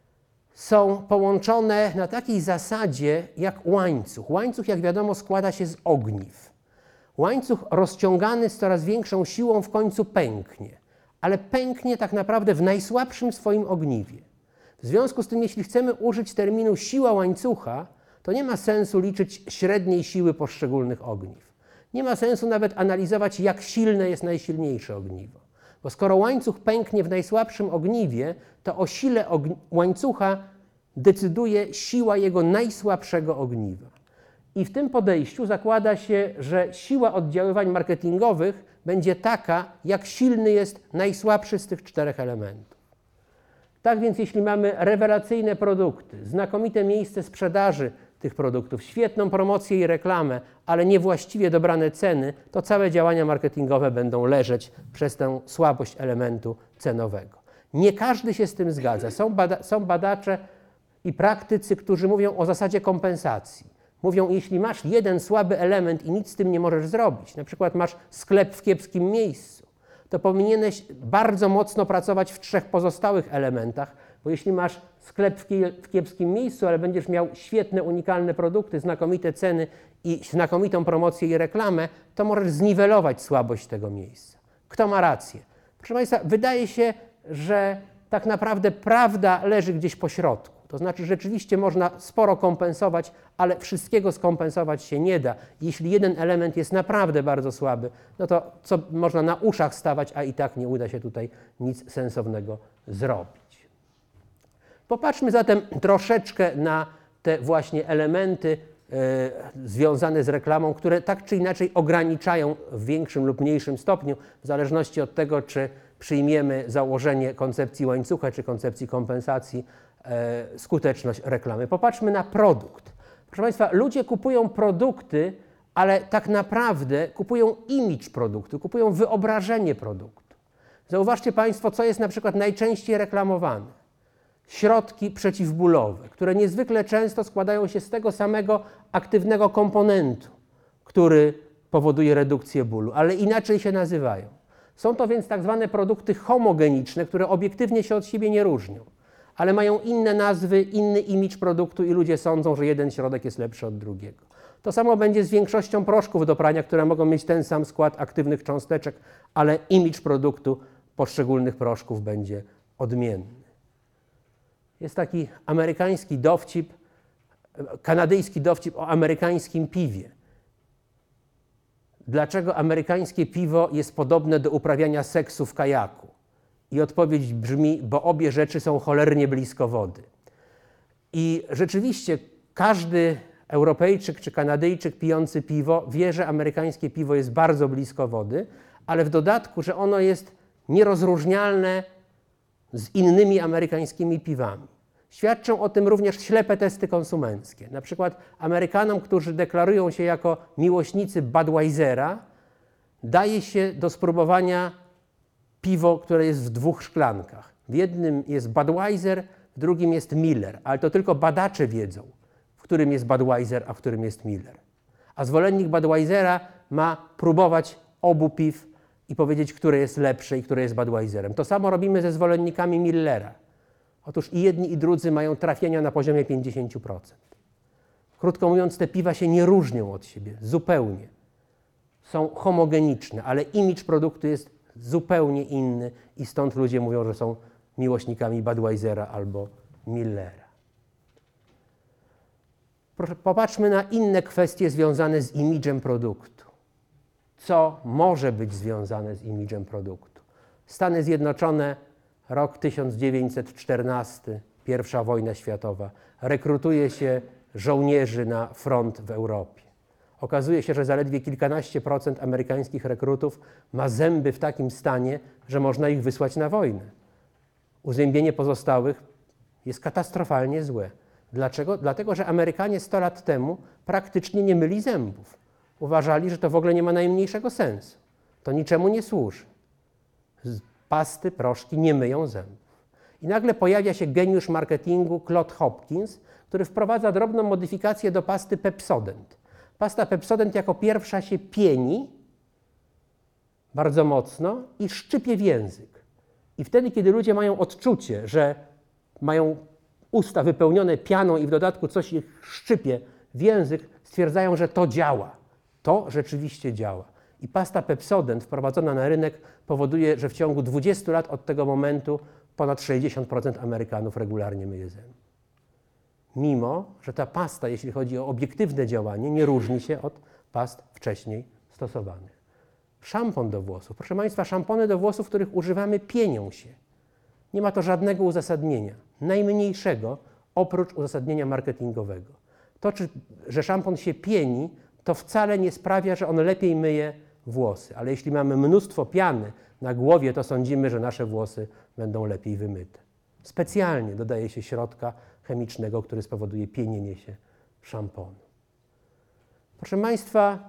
są połączone na takiej zasadzie jak łańcuch. Łańcuch, jak wiadomo, składa się z ogniw. Łańcuch rozciągany z coraz większą siłą w końcu pęknie, ale pęknie tak naprawdę w najsłabszym swoim ogniwie. W związku z tym, jeśli chcemy użyć terminu siła łańcucha, to nie ma sensu liczyć średniej siły poszczególnych ogniw. Nie ma sensu nawet analizować, jak silne jest najsilniejsze ogniwo. Bo skoro łańcuch pęknie w najsłabszym ogniwie, to o sile łańcucha decyduje siła jego najsłabszego ogniwa. I w tym podejściu zakłada się, że siła oddziaływań marketingowych będzie taka, jak silny jest najsłabszy z tych 4 elementów. Tak więc jeśli mamy rewelacyjne produkty, znakomite miejsce sprzedaży tych produktów, świetną promocję i reklamę, ale niewłaściwie dobrane ceny, to całe działania marketingowe będą leżeć przez tę słabość elementu cenowego. Nie każdy się z tym zgadza. Są badacze i praktycy, którzy mówią o zasadzie kompensacji. Mówią, jeśli masz jeden słaby element i nic z tym nie możesz zrobić, na przykład masz sklep w kiepskim miejscu, to powinieneś bardzo mocno pracować w 3 pozostałych elementach, bo jeśli masz sklep w kiepskim miejscu, ale będziesz miał świetne, unikalne produkty, znakomite ceny i znakomitą promocję i reklamę, to możesz zniwelować słabość tego miejsca. Kto ma rację? Proszę Państwa, wydaje się, że tak naprawdę prawda leży gdzieś po środku. To znaczy rzeczywiście można sporo kompensować, ale wszystkiego skompensować się nie da. Jeśli jeden element jest naprawdę bardzo słaby, no to co można na uszach stawać, a i tak nie uda się tutaj nic sensownego zrobić. Popatrzmy zatem troszeczkę na te właśnie elementy związane z reklamą, które tak czy inaczej ograniczają w większym lub mniejszym stopniu, w zależności od tego, czy przyjmiemy założenie koncepcji łańcucha, czy koncepcji kompensacji, skuteczność reklamy. Popatrzmy na produkt. Proszę Państwa, ludzie kupują produkty, ale tak naprawdę kupują imidż produktu, kupują wyobrażenie produktu. Zauważcie Państwo, co jest na przykład najczęściej reklamowane. Środki przeciwbólowe, które niezwykle często składają się z tego samego aktywnego komponentu, który powoduje redukcję bólu, ale inaczej się nazywają. Są to więc tak zwane produkty homogeniczne, które obiektywnie się od siebie nie różnią, ale mają inne nazwy, inny imidż produktu i ludzie sądzą, że jeden środek jest lepszy od drugiego. To samo będzie z większością proszków do prania, które mogą mieć ten sam skład aktywnych cząsteczek, ale imidż produktu poszczególnych proszków będzie odmienny. Jest taki amerykański dowcip, kanadyjski dowcip o amerykańskim piwie. Dlaczego amerykańskie piwo jest podobne do uprawiania seksu w kajaku? I odpowiedź brzmi, bo obie rzeczy są cholernie blisko wody. I rzeczywiście każdy Europejczyk czy Kanadyjczyk pijący piwo wie, że amerykańskie piwo jest bardzo blisko wody, ale w dodatku, że ono jest nierozróżnialne z innymi amerykańskimi piwami. Świadczą o tym również ślepe testy konsumenckie. Na przykład Amerykanom, którzy deklarują się jako miłośnicy Budweisera, daje się do spróbowania piwo, które jest w 2 szklankach. W jednym jest Budweiser, w drugim jest Miller, ale to tylko badacze wiedzą, w którym jest Budweiser, a w którym jest Miller. A zwolennik Budweisera ma próbować obu piw i powiedzieć, które jest lepsze i które jest Budweiserem. To samo robimy ze zwolennikami Millera. Otóż i jedni, i drudzy mają trafienia na poziomie 50%. Krótko mówiąc, te piwa się nie różnią od siebie zupełnie. Są homogeniczne, ale imidż produktu jest zupełnie inny i stąd ludzie mówią, że są miłośnikami Budweisera albo Millera. Proszę, popatrzmy na inne kwestie związane z imidżem produktu. Co może być związane z imidżem produktu? Stany Zjednoczone, rok 1914, I wojna światowa. Rekrutuje się żołnierzy na front w Europie. Okazuje się, że zaledwie kilkanaście procent amerykańskich rekrutów ma zęby w takim stanie, że można ich wysłać na wojnę. Uzębienie pozostałych jest katastrofalnie złe. Dlaczego? Dlatego, że Amerykanie 100 lat temu praktycznie nie myli zębów. Uważali, że to w ogóle nie ma najmniejszego sensu. To niczemu nie służy. Pasty, proszki nie myją zębów. I nagle pojawia się geniusz marketingu Claude Hopkins, który wprowadza drobną modyfikację do pasty Pepsodent. Pasta Pepsodent jako pierwsza się pieni bardzo mocno i szczypie w język. I wtedy, kiedy ludzie mają odczucie, że mają usta wypełnione pianą i w dodatku coś ich szczypie w język, stwierdzają, że to działa. To rzeczywiście działa. I pasta Pepsodent wprowadzona na rynek powoduje, że w ciągu 20 lat od tego momentu ponad 60% Amerykanów regularnie myje zęby. Mimo że ta pasta, jeśli chodzi o obiektywne działanie, nie różni się od past wcześniej stosowanych. Szampon do włosów. Proszę Państwa, szampony do włosów, których używamy, pienią się. Nie ma to żadnego uzasadnienia, najmniejszego, oprócz uzasadnienia marketingowego. To, że szampon się pieni, to wcale nie sprawia, że on lepiej myje włosy. Ale jeśli mamy mnóstwo piany na głowie, to sądzimy, że nasze włosy będą lepiej wymyte. Specjalnie dodaje się środka chemicznego, który spowoduje pienienie się szamponu. Proszę Państwa,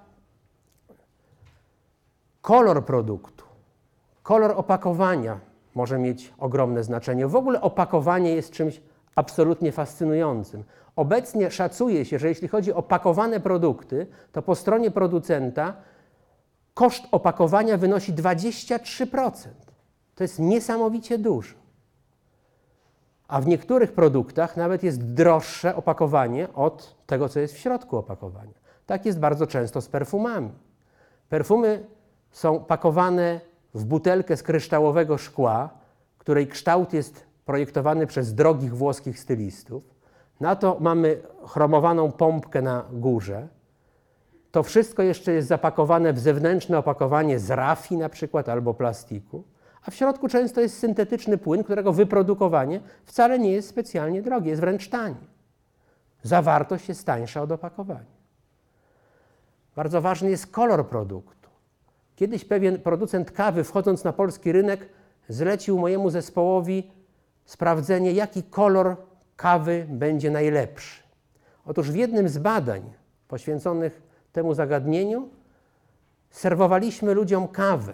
kolor produktu, kolor opakowania może mieć ogromne znaczenie. W ogóle opakowanie jest czymś absolutnie fascynującym. Obecnie szacuje się, że jeśli chodzi o pakowane produkty, to po stronie producenta koszt opakowania wynosi 23%. To jest niesamowicie dużo. A w niektórych produktach nawet jest droższe opakowanie od tego, co jest w środku opakowania. Tak jest bardzo często z perfumami. Perfumy są pakowane w butelkę z kryształowego szkła, której kształt jest projektowany przez drogich włoskich stylistów. Na to mamy chromowaną pompkę na górze. To wszystko jeszcze jest zapakowane w zewnętrzne opakowanie z rafii na przykład albo plastiku, a w środku często jest syntetyczny płyn, którego wyprodukowanie wcale nie jest specjalnie drogie, jest wręcz tanie. Zawartość jest tańsza od opakowania. Bardzo ważny jest kolor produktu. Kiedyś pewien producent kawy, wchodząc na polski rynek, zlecił mojemu zespołowi sprawdzenie, jaki kolor kawy będzie najlepszy. Otóż w jednym z badań poświęconych temu zagadnieniu serwowaliśmy ludziom kawę.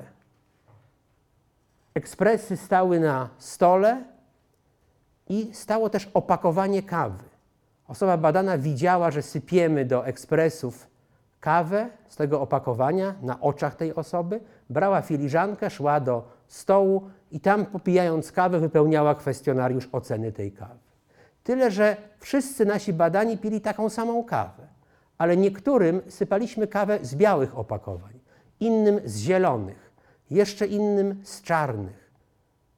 Ekspresy stały na stole i stało też opakowanie kawy. Osoba badana widziała, że sypiemy do ekspresów kawę z tego opakowania na oczach tej osoby, brała filiżankę, szła do stołu i tam, popijając kawę, wypełniała kwestionariusz oceny tej kawy. Tyle, że wszyscy nasi badani pili taką samą kawę, ale niektórym sypaliśmy kawę z białych opakowań, innym z zielonych, jeszcze innym z czarnych.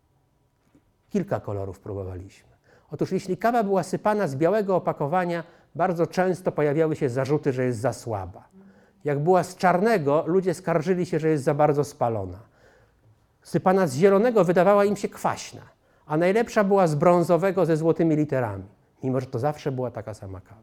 Kilka kolorów próbowaliśmy. Otóż jeśli kawa była sypana z białego opakowania, bardzo często pojawiały się zarzuty, że jest za słaba. Jak była z czarnego, ludzie skarżyli się, że jest za bardzo spalona. Sypana z zielonego wydawała im się kwaśna, a najlepsza była z brązowego ze złotymi literami, mimo że to zawsze była taka sama kawa.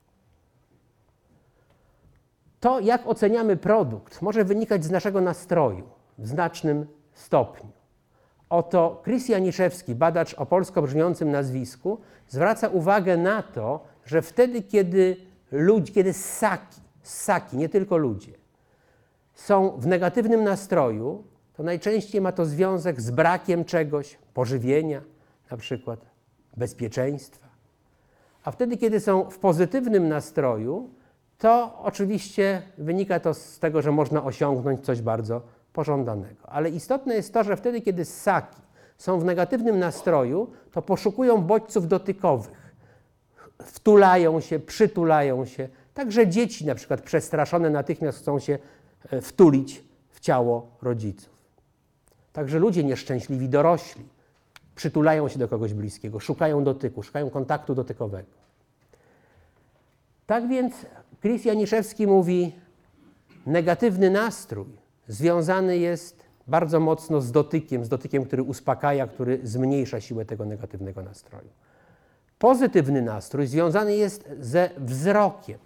To, jak oceniamy produkt, może wynikać z naszego nastroju w znacznym stopniu. Oto Chris Janiszewski, badacz o polsko brzmiącym nazwisku, zwraca uwagę na to, że wtedy, kiedy ssaki, nie tylko ludzie, są w negatywnym nastroju, to najczęściej ma to związek z brakiem czegoś, pożywienia, na przykład bezpieczeństwa. A wtedy, kiedy są w pozytywnym nastroju, to oczywiście wynika to z tego, że można osiągnąć coś bardzo pożądanego. Ale istotne jest to, że wtedy, kiedy ssaki są w negatywnym nastroju, to poszukują bodźców dotykowych. Wtulają się, przytulają się. Także dzieci na przykład przestraszone natychmiast chcą się wtulić w ciało rodziców. Także ludzie nieszczęśliwi, dorośli, przytulają się do kogoś bliskiego, szukają dotyku, szukają kontaktu dotykowego. Tak więc Chris Janiszewski mówi, negatywny nastrój związany jest bardzo mocno z dotykiem, który uspokaja, który zmniejsza siłę tego negatywnego nastroju. Pozytywny nastrój związany jest ze wzrokiem.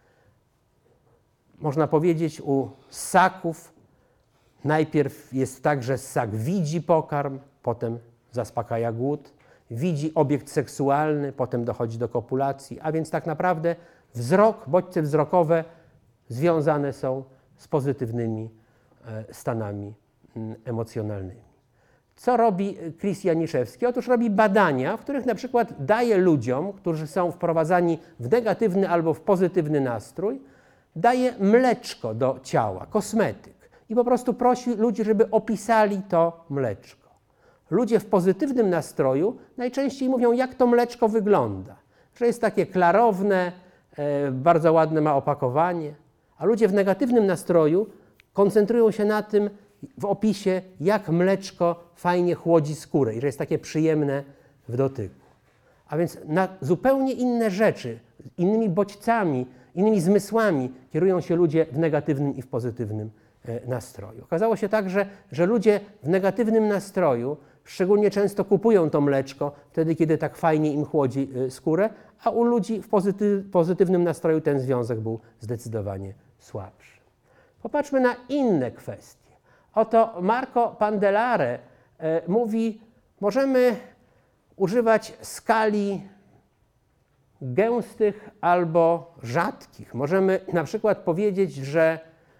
Można powiedzieć u ssaków najpierw jest tak, że ssak widzi pokarm, potem zaspokaja głód, widzi obiekt seksualny, potem dochodzi do kopulacji, a więc tak naprawdę wzrok, bodźce wzrokowe związane są z pozytywnymi stanami emocjonalnymi. Co robi Chris Janiszewski? Otóż robi badania, w których na przykład daje ludziom, którzy są wprowadzani w negatywny albo w pozytywny nastrój, daje mleczko do ciała, kosmetyk i po prostu prosi ludzi, żeby opisali to mleczko. Ludzie w pozytywnym nastroju najczęściej mówią, jak to mleczko wygląda, że jest takie klarowne, bardzo ładne ma opakowanie, a ludzie w negatywnym nastroju koncentrują się na tym w opisie, jak mleczko fajnie chłodzi skórę i że jest takie przyjemne w dotyku. A więc na zupełnie inne rzeczy, innymi bodźcami, innymi zmysłami kierują się ludzie w negatywnym i w pozytywnym nastroju. Okazało się także, że ludzie w negatywnym nastroju szczególnie często kupują to mleczko wtedy, kiedy tak fajnie im chłodzi skórę, a u ludzi w pozytywnym nastroju ten związek był zdecydowanie słabszy. Popatrzmy na inne kwestie. Oto Marco Pandelare mówi, możemy używać skali gęstych albo rzadkich. Możemy na przykład powiedzieć, że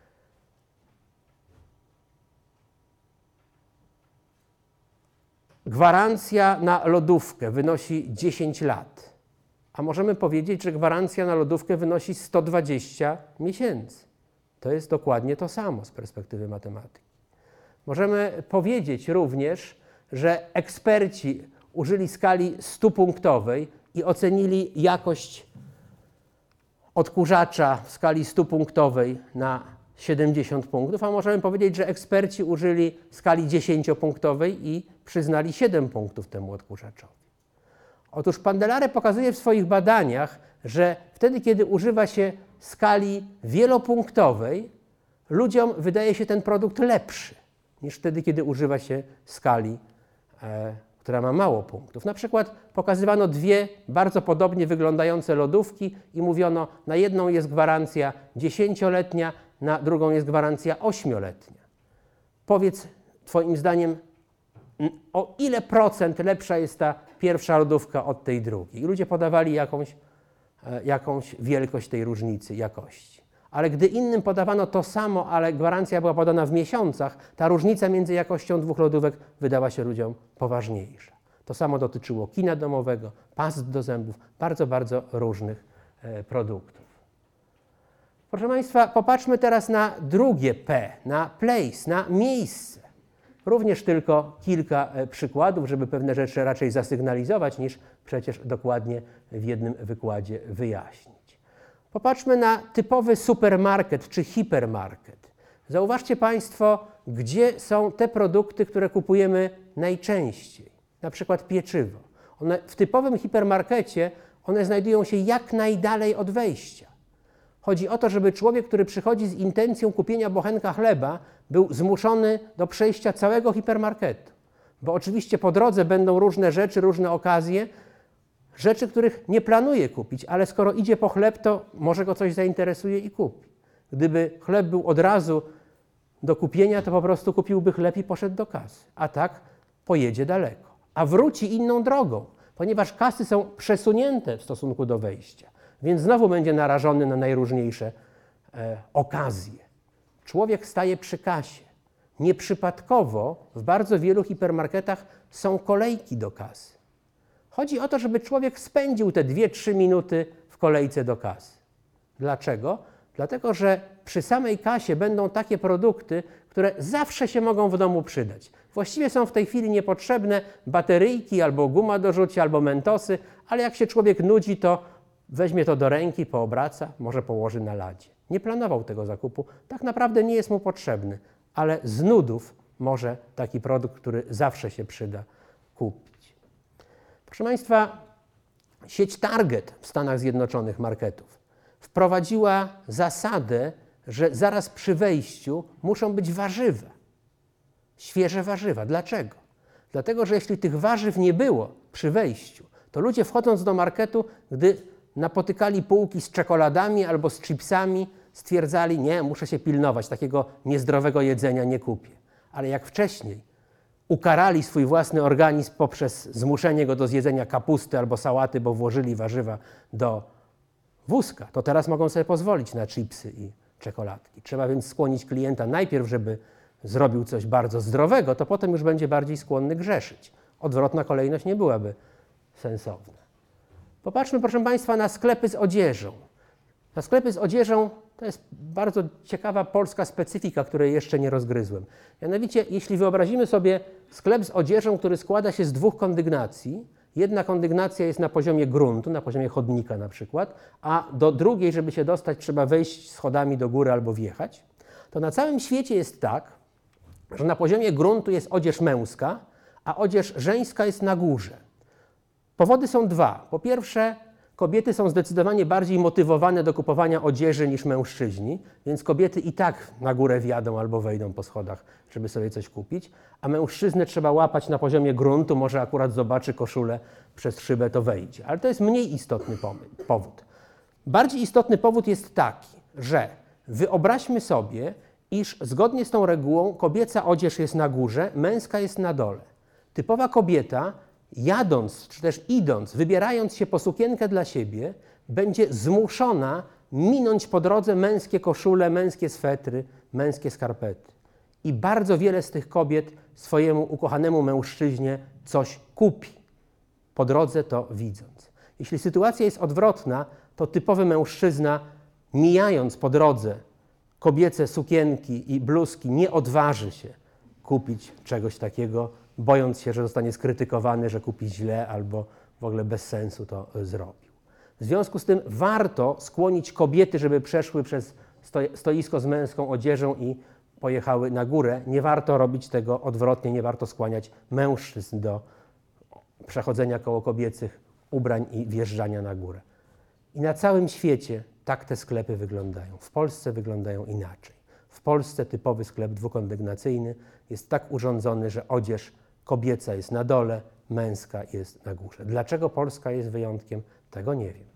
gwarancja na lodówkę wynosi 10 lat, a możemy powiedzieć, że gwarancja na lodówkę wynosi 120 miesięcy. To jest dokładnie to samo z perspektywy matematyki. Możemy powiedzieć również, że eksperci użyli skali 100-punktowej i ocenili jakość odkurzacza w skali 100-punktowej na 70 punktów, a możemy powiedzieć, że eksperci użyli skali 10-punktowej i przyznali 7 punktów temu odkurzaczowi. Otóż Pandelare pokazuje w swoich badaniach, że wtedy, kiedy używa się skali wielopunktowej, ludziom wydaje się ten produkt lepszy niż wtedy, kiedy używa się skali, która ma mało punktów. Na przykład pokazywano dwie bardzo podobnie wyglądające lodówki i mówiono, na jedną jest gwarancja 10-letnia, na drugą jest gwarancja 8-letnia. Powiedz twoim zdaniem, o ile procent lepsza jest ta pierwsza lodówka od tej drugiej. I ludzie podawali jakąś wielkość tej różnicy jakości. Ale gdy innym podawano to samo, ale gwarancja była podana w miesiącach, ta różnica między jakością dwóch lodówek wydała się ludziom poważniejsza. To samo dotyczyło kina domowego, past do zębów, bardzo, bardzo różnych produktów. Proszę Państwa, popatrzmy teraz na drugie P, na place, na miejsce. Również tylko kilka przykładów, żeby pewne rzeczy raczej zasygnalizować, niż przecież dokładnie w jednym wykładzie wyjaśnić. Popatrzmy na typowy supermarket czy hipermarket. Zauważcie Państwo, gdzie są te produkty, które kupujemy najczęściej. Na przykład pieczywo. W typowym hipermarkecie one znajdują się jak najdalej od wejścia. Chodzi o to, żeby człowiek, który przychodzi z intencją kupienia bochenka chleba, był zmuszony do przejścia całego hipermarketu. Bo oczywiście po drodze będą różne rzeczy, różne okazje, rzeczy, których nie planuje kupić, ale skoro idzie po chleb, to może go coś zainteresuje i kupi. Gdyby chleb był od razu do kupienia, to po prostu kupiłby chleb i poszedł do kasy. A tak pojedzie daleko. A wróci inną drogą, ponieważ kasy są przesunięte w stosunku do wejścia. Więc znowu będzie narażony na najróżniejsze okazje. Człowiek staje przy kasie. Nieprzypadkowo w bardzo wielu hipermarketach są kolejki do kasy. Chodzi o to, żeby człowiek spędził te 2-3 minuty w kolejce do kasy. Dlaczego? Dlatego, że przy samej kasie będą takie produkty, które zawsze się mogą w domu przydać. Właściwie są w tej chwili niepotrzebne bateryjki, albo guma do rzucia, albo mentosy, ale jak się człowiek nudzi, to weźmie to do ręki, poobraca, może położy na ladzie. Nie planował tego zakupu, tak naprawdę nie jest mu potrzebny, ale z nudów może taki produkt, który zawsze się przyda, kupić. Proszę Państwa, sieć Target w Stanach Zjednoczonych marketów wprowadziła zasadę, że zaraz przy wejściu muszą być warzywa, świeże warzywa. Dlaczego? Dlatego, że jeśli tych warzyw nie było przy wejściu, to ludzie wchodząc do marketu, gdy napotykali półki z czekoladami albo z chipsami, stwierdzali, nie, muszę się pilnować, takiego niezdrowego jedzenia nie kupię. Ale jak wcześniej ukarali swój własny organizm poprzez zmuszenie go do zjedzenia kapusty albo sałaty, bo włożyli warzywa do wózka, to teraz mogą sobie pozwolić na chipsy i czekoladki. Trzeba więc skłonić klienta najpierw, żeby zrobił coś bardzo zdrowego, to potem już będzie bardziej skłonny grzeszyć. Odwrotna kolejność nie byłaby sensowna. Popatrzmy, proszę Państwa, na sklepy z odzieżą. Na sklepy z odzieżą to jest bardzo ciekawa polska specyfika, której jeszcze nie rozgryzłem. Mianowicie, jeśli wyobrazimy sobie sklep z odzieżą, który składa się z 2 kondygnacji, jedna kondygnacja jest na poziomie gruntu, na poziomie chodnika na przykład, a do drugiej, żeby się dostać, trzeba wejść schodami do góry albo wjechać, to na całym świecie jest tak, że na poziomie gruntu jest odzież męska, a odzież żeńska jest na górze. Powody są 2. Po pierwsze, kobiety są zdecydowanie bardziej motywowane do kupowania odzieży niż mężczyźni, więc kobiety i tak na górę wjadą albo wejdą po schodach, żeby sobie coś kupić, a mężczyznę trzeba łapać na poziomie gruntu, może akurat zobaczy koszulę przez szybę, to wejdzie. Ale to jest mniej istotny powód. Bardziej istotny powód jest taki, że wyobraźmy sobie, iż zgodnie z tą regułą kobieca odzież jest na górze, męska jest na dole. Typowa kobieta, jadąc, czy też idąc, wybierając się po sukienkę dla siebie, będzie zmuszona minąć po drodze męskie koszule, męskie swetry, męskie skarpety. I bardzo wiele z tych kobiet swojemu ukochanemu mężczyźnie coś kupi, po drodze to widząc. Jeśli sytuacja jest odwrotna, to typowy mężczyzna, mijając po drodze kobiece sukienki i bluzki, nie odważy się kupić czegoś takiego, bojąc się, że zostanie skrytykowany, że kupi źle albo w ogóle bez sensu to zrobił. W związku z tym warto skłonić kobiety, żeby przeszły przez stoisko z męską odzieżą i pojechały na górę. Nie warto robić tego odwrotnie, nie warto skłaniać mężczyzn do przechodzenia koło kobiecych ubrań i wjeżdżania na górę. I na całym świecie tak te sklepy wyglądają. W Polsce wyglądają inaczej. W Polsce typowy sklep dwukondygnacyjny jest tak urządzony, że odzież kobieca jest na dole, męska jest na górze. Dlaczego Polska jest wyjątkiem? Tego nie wiem.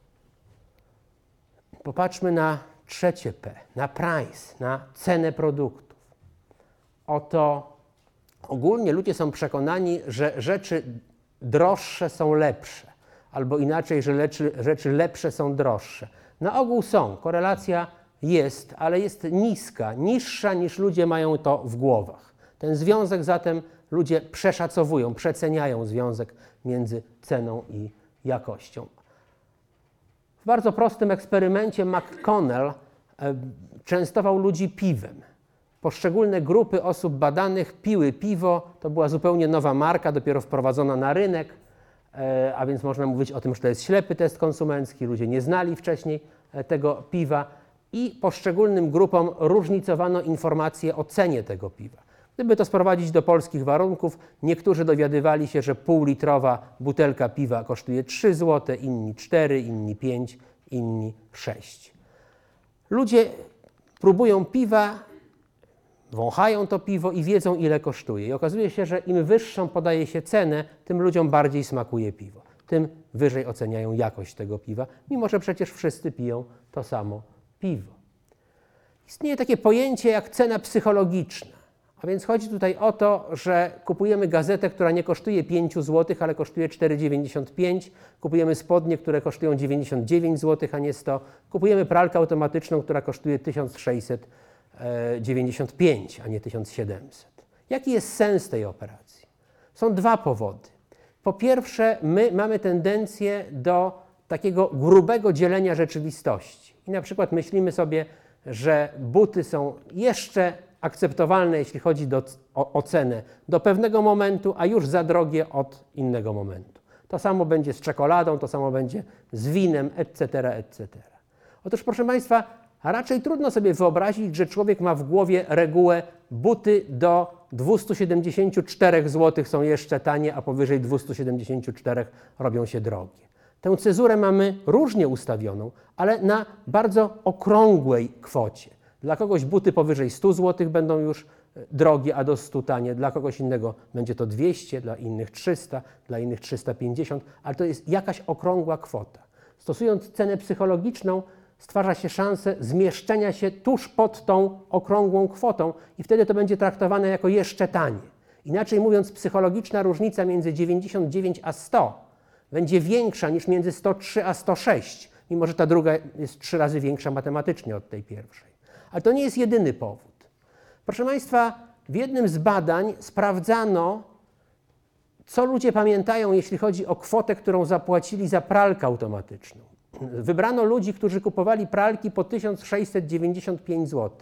Popatrzmy na trzecie P, na price, na cenę produktów. Oto ogólnie ludzie są przekonani, że rzeczy droższe są lepsze, albo inaczej, że rzeczy lepsze są droższe. Na ogół są, korelacja jest, ale jest niska, niższa niż ludzie mają to w głowach. Ten związek zatem ludzie przeszacowują, przeceniają związek między ceną i jakością. W bardzo prostym eksperymencie McConnell częstował ludzi piwem. Poszczególne grupy osób badanych piły piwo, to była zupełnie nowa marka, dopiero wprowadzona na rynek, a więc można mówić o tym, że to jest ślepy test konsumencki, ludzie nie znali wcześniej tego piwa i poszczególnym grupom różnicowano informacje o cenie tego piwa. Gdyby to sprowadzić do polskich warunków, niektórzy dowiadywali się, że półlitrowa butelka piwa kosztuje 3 zł, inni 4, inni 5, inni 6. Ludzie próbują piwa, wąchają to piwo i wiedzą, ile kosztuje. I okazuje się, że im wyższą podaje się cenę, tym ludziom bardziej smakuje piwo. Tym wyżej oceniają jakość tego piwa, mimo że przecież wszyscy piją to samo piwo. Istnieje takie pojęcie jak cena psychologiczna. A więc chodzi tutaj o to, że kupujemy gazetę, która nie kosztuje 5 zł, ale kosztuje 4,95. Kupujemy spodnie, które kosztują 99 zł, a nie 100. Kupujemy pralkę automatyczną, która kosztuje 1695, a nie 1700. Jaki jest sens tej operacji? Są dwa powody. Po pierwsze, my mamy tendencję do takiego grubego dzielenia rzeczywistości. I na przykład myślimy sobie, że buty są jeszcze akceptowalne, jeśli chodzi o cenę do pewnego momentu, a już za drogie od innego momentu. To samo będzie z czekoladą, to samo będzie z winem, etc., etc. Otóż, proszę Państwa, raczej trudno sobie wyobrazić, że człowiek ma w głowie regułę buty do 274 zł są jeszcze tanie, a powyżej 274 robią się drogie. Tę cezurę mamy różnie ustawioną, ale na bardzo okrągłej kwocie. Dla kogoś buty powyżej 100 zł będą już drogie, a do 100 tanie. Dla kogoś innego będzie to 200, dla innych 300, dla innych 350, ale to jest jakaś okrągła kwota. Stosując cenę psychologiczną, stwarza się szansę zmieszczenia się tuż pod tą okrągłą kwotą i wtedy to będzie traktowane jako jeszcze tanie. Inaczej mówiąc, psychologiczna różnica między 99 a 100 będzie większa niż między 103 a 106, mimo że ta druga jest 3 razy większa matematycznie od tej pierwszej. Ale to nie jest jedyny powód. Proszę Państwa, w jednym z badań sprawdzano, co ludzie pamiętają, jeśli chodzi o kwotę, którą zapłacili za pralkę automatyczną. Wybrano ludzi, którzy kupowali pralki po 1695 zł.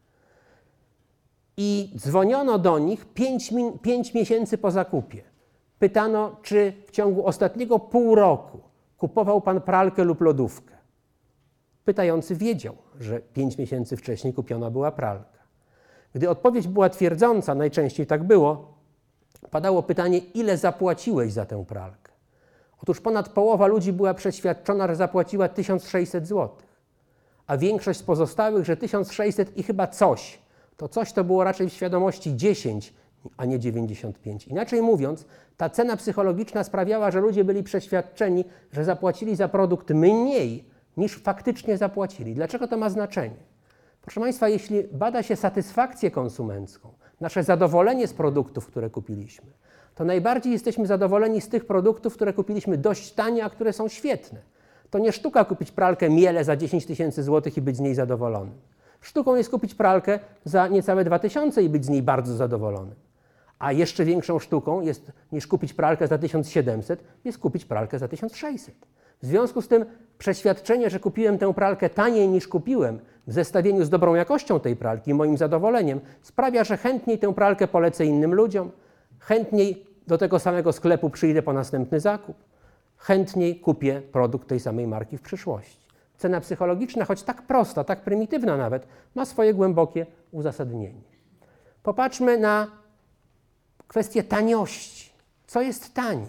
I dzwoniono do nich 5 miesięcy po zakupie. Pytano, czy w ciągu ostatniego pół roku kupował pan pralkę lub lodówkę. Pytający wiedział, że 5 miesięcy wcześniej kupiona była pralka. Gdy odpowiedź była twierdząca, najczęściej tak było, padało pytanie, ile zapłaciłeś za tę pralkę. Otóż ponad połowa ludzi była przeświadczona, że zapłaciła 1600 zł, a większość z pozostałych, że 1600 i chyba coś. To coś to było raczej w świadomości 10, a nie 95. Inaczej mówiąc, ta cena psychologiczna sprawiała, że ludzie byli przeświadczeni, że zapłacili za produkt mniej, niż faktycznie zapłacili. Dlaczego to ma znaczenie? Proszę Państwa, jeśli bada się satysfakcję konsumencką, nasze zadowolenie z produktów, które kupiliśmy, to najbardziej jesteśmy zadowoleni z tych produktów, które kupiliśmy dość tanie, a które są świetne. To nie sztuka kupić pralkę Miele za 10 000 złotych i być z niej zadowolonym. Sztuką jest kupić pralkę za niecałe 2000 i być z niej bardzo zadowolonym. A jeszcze większą sztuką jest, niż kupić pralkę za 1700, jest kupić pralkę za 1600. W związku z tym przeświadczenie, że kupiłem tę pralkę taniej niż kupiłem, w zestawieniu z dobrą jakością tej pralki i moim zadowoleniem, sprawia, że chętniej tę pralkę polecę innym ludziom, chętniej do tego samego sklepu przyjdę po następny zakup, chętniej kupię produkt tej samej marki w przyszłości. Cena psychologiczna, choć tak prosta, tak prymitywna nawet, ma swoje głębokie uzasadnienie. Popatrzmy na kwestię taniości. Co jest tanie?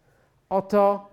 Oto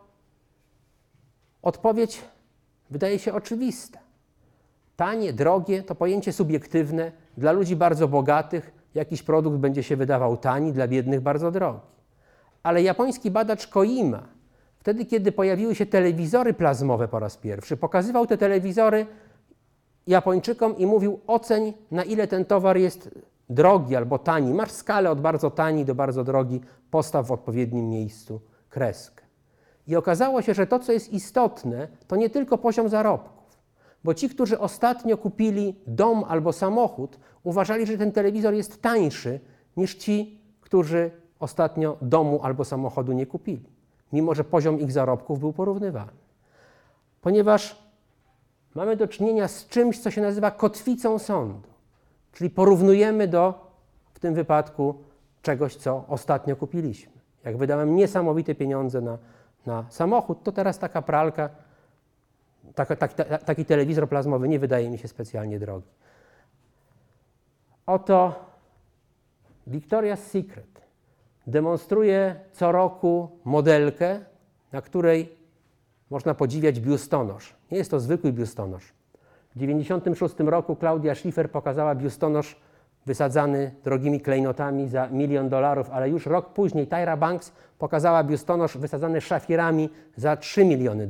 odpowiedź wydaje się oczywista. Tanie, drogie to pojęcie subiektywne. Dla ludzi bardzo bogatych jakiś produkt będzie się wydawał tani, dla biednych bardzo drogi. Ale japoński badacz Koima, wtedy kiedy pojawiły się telewizory plazmowe po raz pierwszy, pokazywał te telewizory Japończykom i mówił: oceń, na ile ten towar jest drogi albo tani. Masz skalę od bardzo tani do bardzo drogi, postaw w odpowiednim miejscu kreskę. I okazało się, że to, co jest istotne, to nie tylko poziom zarobków. Bo ci, którzy ostatnio kupili dom albo samochód, uważali, że ten telewizor jest tańszy niż ci, którzy ostatnio domu albo samochodu nie kupili. Mimo że poziom ich zarobków był porównywalny. Ponieważ mamy do czynienia z czymś, co się nazywa kotwicą sądu. Czyli porównujemy do, w tym wypadku, czegoś, co ostatnio kupiliśmy. Jak wydałem niesamowite pieniądze na samochód, to teraz taka pralka, taki telewizor plazmowy nie wydaje mi się specjalnie drogi. Oto Victoria's Secret demonstruje co roku modelkę, na której można podziwiać biustonosz. Nie jest to zwykły biustonosz. W 1996 roku Claudia Schiffer pokazała biustonosz wysadzany drogimi klejnotami za $1 milion, ale już rok później Tyra Banks pokazała biustonosz wysadzany szafirami za $3 miliony.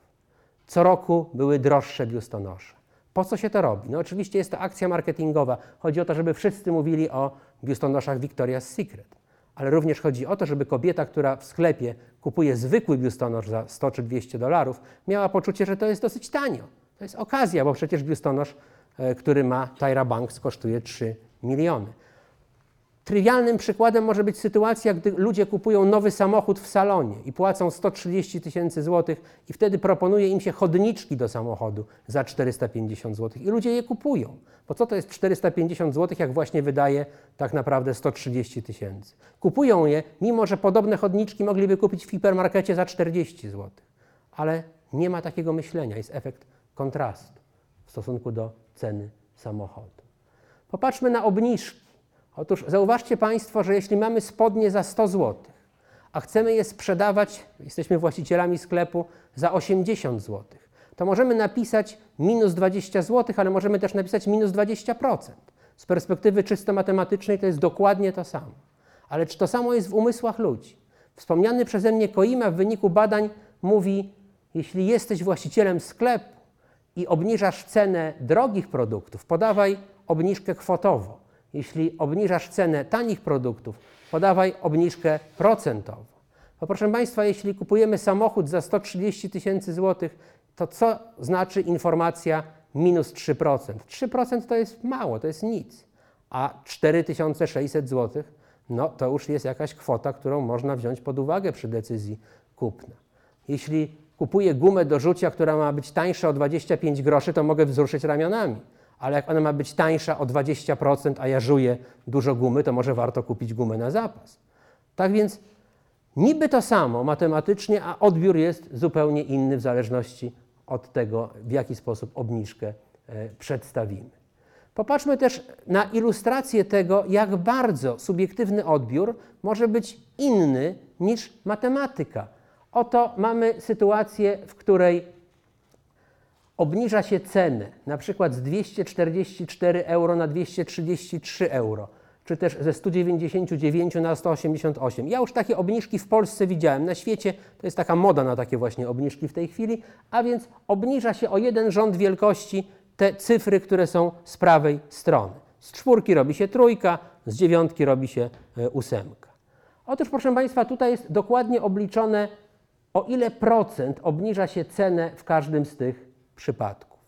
Co roku były droższe biustonosze. Po co się to robi? No oczywiście jest to akcja marketingowa. Chodzi o to, żeby wszyscy mówili o biustonoszach Victoria's Secret. Ale również chodzi o to, żeby kobieta, która w sklepie kupuje zwykły biustonosz za 100 czy 200 dolarów, miała poczucie, że to jest dosyć tanio. To jest okazja, bo przecież biustonosz, który ma Tyra Banks, kosztuje 3 miliony. Trywialnym przykładem może być sytuacja, gdy ludzie kupują nowy samochód w salonie i płacą 130 000 złotych i wtedy proponuje im się chodniczki do samochodu za 450 zł. I ludzie je kupują. Bo co to jest 450 zł, jak właśnie wydaje tak naprawdę 130 000? Kupują je, mimo że podobne chodniczki mogliby kupić w hipermarkecie za 40 zł. Ale nie ma takiego myślenia, jest efekt kontrastu w stosunku do ceny samochodu. Popatrzmy na obniżki. Otóż zauważcie Państwo, że jeśli mamy spodnie za 100 zł, a chcemy je sprzedawać, jesteśmy właścicielami sklepu, za 80 zł, to możemy napisać minus 20 zł, ale możemy też napisać minus 20%. Z perspektywy czysto matematycznej to jest dokładnie to samo. Ale czy to samo jest w umysłach ludzi? Wspomniany przeze mnie Koima w wyniku badań mówi, jeśli jesteś właścicielem sklepu i obniżasz cenę drogich produktów, podawaj obniżkę kwotową. Jeśli obniżasz cenę tanich produktów, podawaj obniżkę procentową. Bo proszę Państwa, jeśli kupujemy samochód za 130 000 złotych, to co znaczy informacja minus 3%? 3% to jest mało, to jest nic. A 4600 zł, no to już jest jakaś kwota, którą można wziąć pod uwagę przy decyzji kupna. Jeśli kupuję gumę do rzucia, która ma być tańsza o 25 groszy, to mogę wzruszyć ramionami. Ale jak ona ma być tańsza o 20%, a ja żuję dużo gumy, to może warto kupić gumę na zapas. Tak więc niby to samo matematycznie, a odbiór jest zupełnie inny w zależności od tego, w jaki sposób obniżkę przedstawimy. Popatrzmy też na ilustrację tego, jak bardzo subiektywny odbiór może być inny niż matematyka. Oto mamy sytuację, w której obniża się cenę, na przykład z 244 euro na 233 euro, czy też ze 199 na 188. Ja już takie obniżki w Polsce widziałem. Na świecie to jest taka moda na takie właśnie obniżki w tej chwili, a więc obniża się o jeden rząd wielkości te cyfry, które są z prawej strony. Z 4 robi się 3, z 9 robi się 8. Otóż, proszę Państwa, tutaj jest dokładnie obliczone, o ile procent obniża się cenę w każdym z tych przypadków.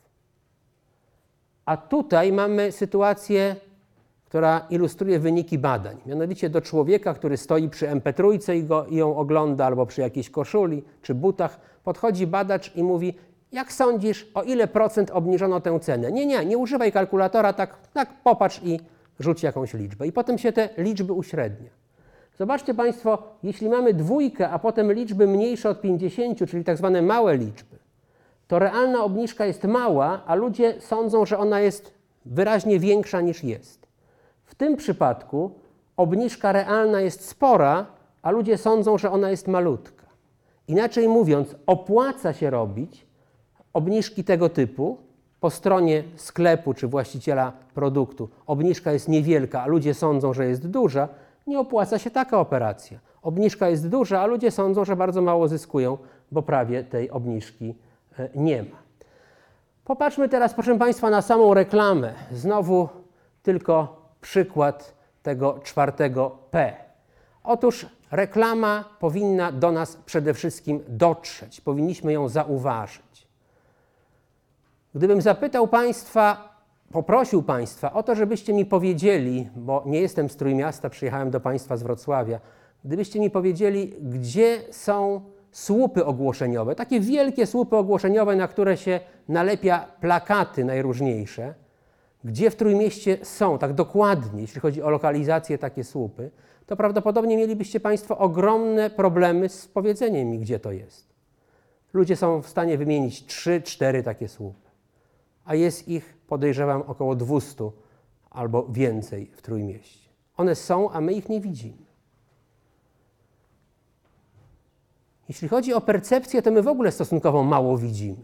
A tutaj mamy sytuację, która ilustruje wyniki badań. Mianowicie do człowieka, który stoi przy MP3 i ją ogląda, albo przy jakiejś koszuli czy butach, podchodzi badacz i mówi: jak sądzisz, o ile procent obniżono tę cenę? Nie używaj kalkulatora, tak popatrz i rzuć jakąś liczbę. I potem się te liczby uśrednia. Zobaczcie Państwo, jeśli mamy dwójkę, a potem liczby mniejsze od 50, czyli tak zwane małe liczby, to realna obniżka jest mała, a ludzie sądzą, że ona jest wyraźnie większa niż jest. W tym przypadku obniżka realna jest spora, a ludzie sądzą, że ona jest malutka. Inaczej mówiąc, opłaca się robić obniżki tego typu po stronie sklepu czy właściciela produktu. Obniżka jest niewielka, a ludzie sądzą, że jest duża. Nie opłaca się taka operacja. Obniżka jest duża, a ludzie sądzą, że bardzo mało zyskują, bo prawie tej obniżki nie ma. Popatrzmy teraz, proszę Państwa, na samą reklamę. Znowu tylko przykład tego 4 P. Otóż reklama powinna do nas przede wszystkim dotrzeć. Powinniśmy ją zauważyć. Gdybym zapytał Państwa, poprosił Państwa o to, żebyście mi powiedzieli, bo nie jestem z Trójmiasta, przyjechałem do Państwa z Wrocławia, gdybyście mi powiedzieli, gdzie są słupy ogłoszeniowe, takie wielkie słupy ogłoszeniowe, na które się nalepia plakaty najróżniejsze, gdzie w Trójmieście są, tak dokładnie, jeśli chodzi o lokalizację, takie słupy, to prawdopodobnie mielibyście Państwo ogromne problemy z powiedzeniem mi, gdzie to jest. Ludzie są w stanie wymienić 3-4 takie słupy, a jest ich, podejrzewam, około 200 albo więcej w Trójmieście. One są, a my ich nie widzimy. Jeśli chodzi o percepcję, to my w ogóle stosunkowo mało widzimy.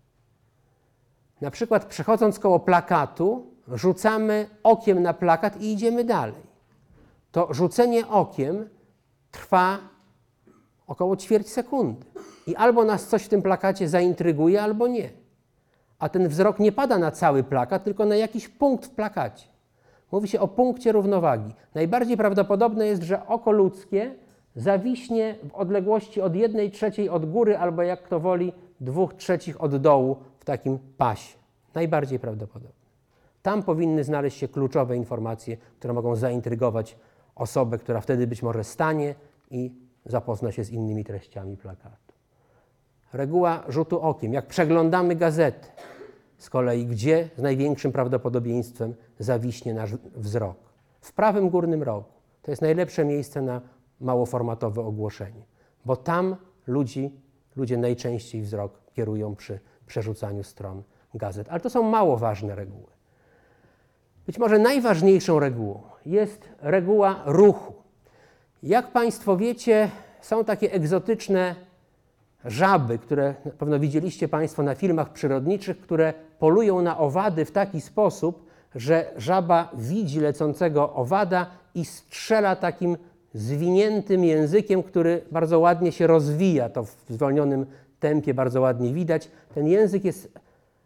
Na przykład przechodząc koło plakatu, rzucamy okiem na plakat i idziemy dalej. To rzucenie okiem trwa około ćwierć sekundy. I albo nas coś w tym plakacie zaintryguje, albo nie. A ten wzrok nie pada na cały plakat, tylko na jakiś punkt w plakacie. Mówi się o punkcie równowagi. Najbardziej prawdopodobne jest, że oko ludzkie zawiśnie w odległości od 1/3 od góry, albo jak kto woli, 2/3 od dołu w takim pasie. Najbardziej prawdopodobne. Tam powinny znaleźć się kluczowe informacje, które mogą zaintrygować osobę, która wtedy być może stanie i zapozna się z innymi treściami plakatu. Reguła rzutu okiem. Jak przeglądamy gazetę, z kolei gdzie z największym prawdopodobieństwem zawiśnie nasz wzrok? W prawym górnym rogu. To jest najlepsze miejsce na małoformatowe ogłoszenie, bo tam ludzie najczęściej wzrok kierują przy przerzucaniu stron gazet. Ale to są mało ważne reguły. Być może najważniejszą regułą jest reguła ruchu. Jak Państwo wiecie, są takie egzotyczne żaby, które na pewno widzieliście Państwo na filmach przyrodniczych, które polują na owady w taki sposób, że żaba widzi lecącego owada i strzela takim zwiniętym językiem, który bardzo ładnie się rozwija. To w zwolnionym tempie bardzo ładnie widać. Ten język jest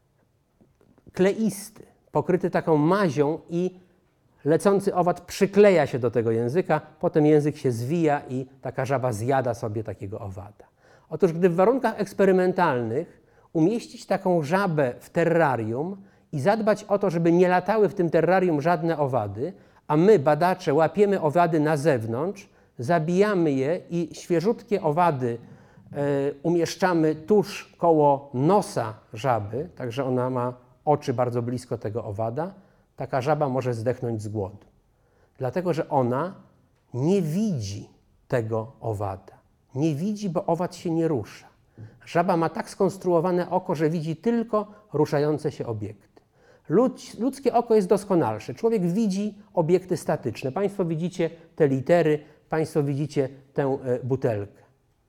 kleisty, pokryty taką mazią i lecący owad przykleja się do tego języka, potem język się zwija i taka żaba zjada sobie takiego owada. Otóż gdy w warunkach eksperymentalnych umieścić taką żabę w terrarium i zadbać o to, żeby nie latały w tym terrarium żadne owady, a my, badacze, łapiemy owady na zewnątrz, zabijamy je i świeżutkie owady umieszczamy tuż koło nosa żaby, także ona ma oczy bardzo blisko tego owada, taka żaba może zdechnąć z głodu. Dlatego, że ona nie widzi tego owada. Nie widzi, bo owad się nie rusza. Żaba ma tak skonstruowane oko, że widzi tylko ruszające się obiekty. Ludzkie oko jest doskonalsze. Człowiek widzi obiekty statyczne. Państwo widzicie te litery, Państwo widzicie tę butelkę.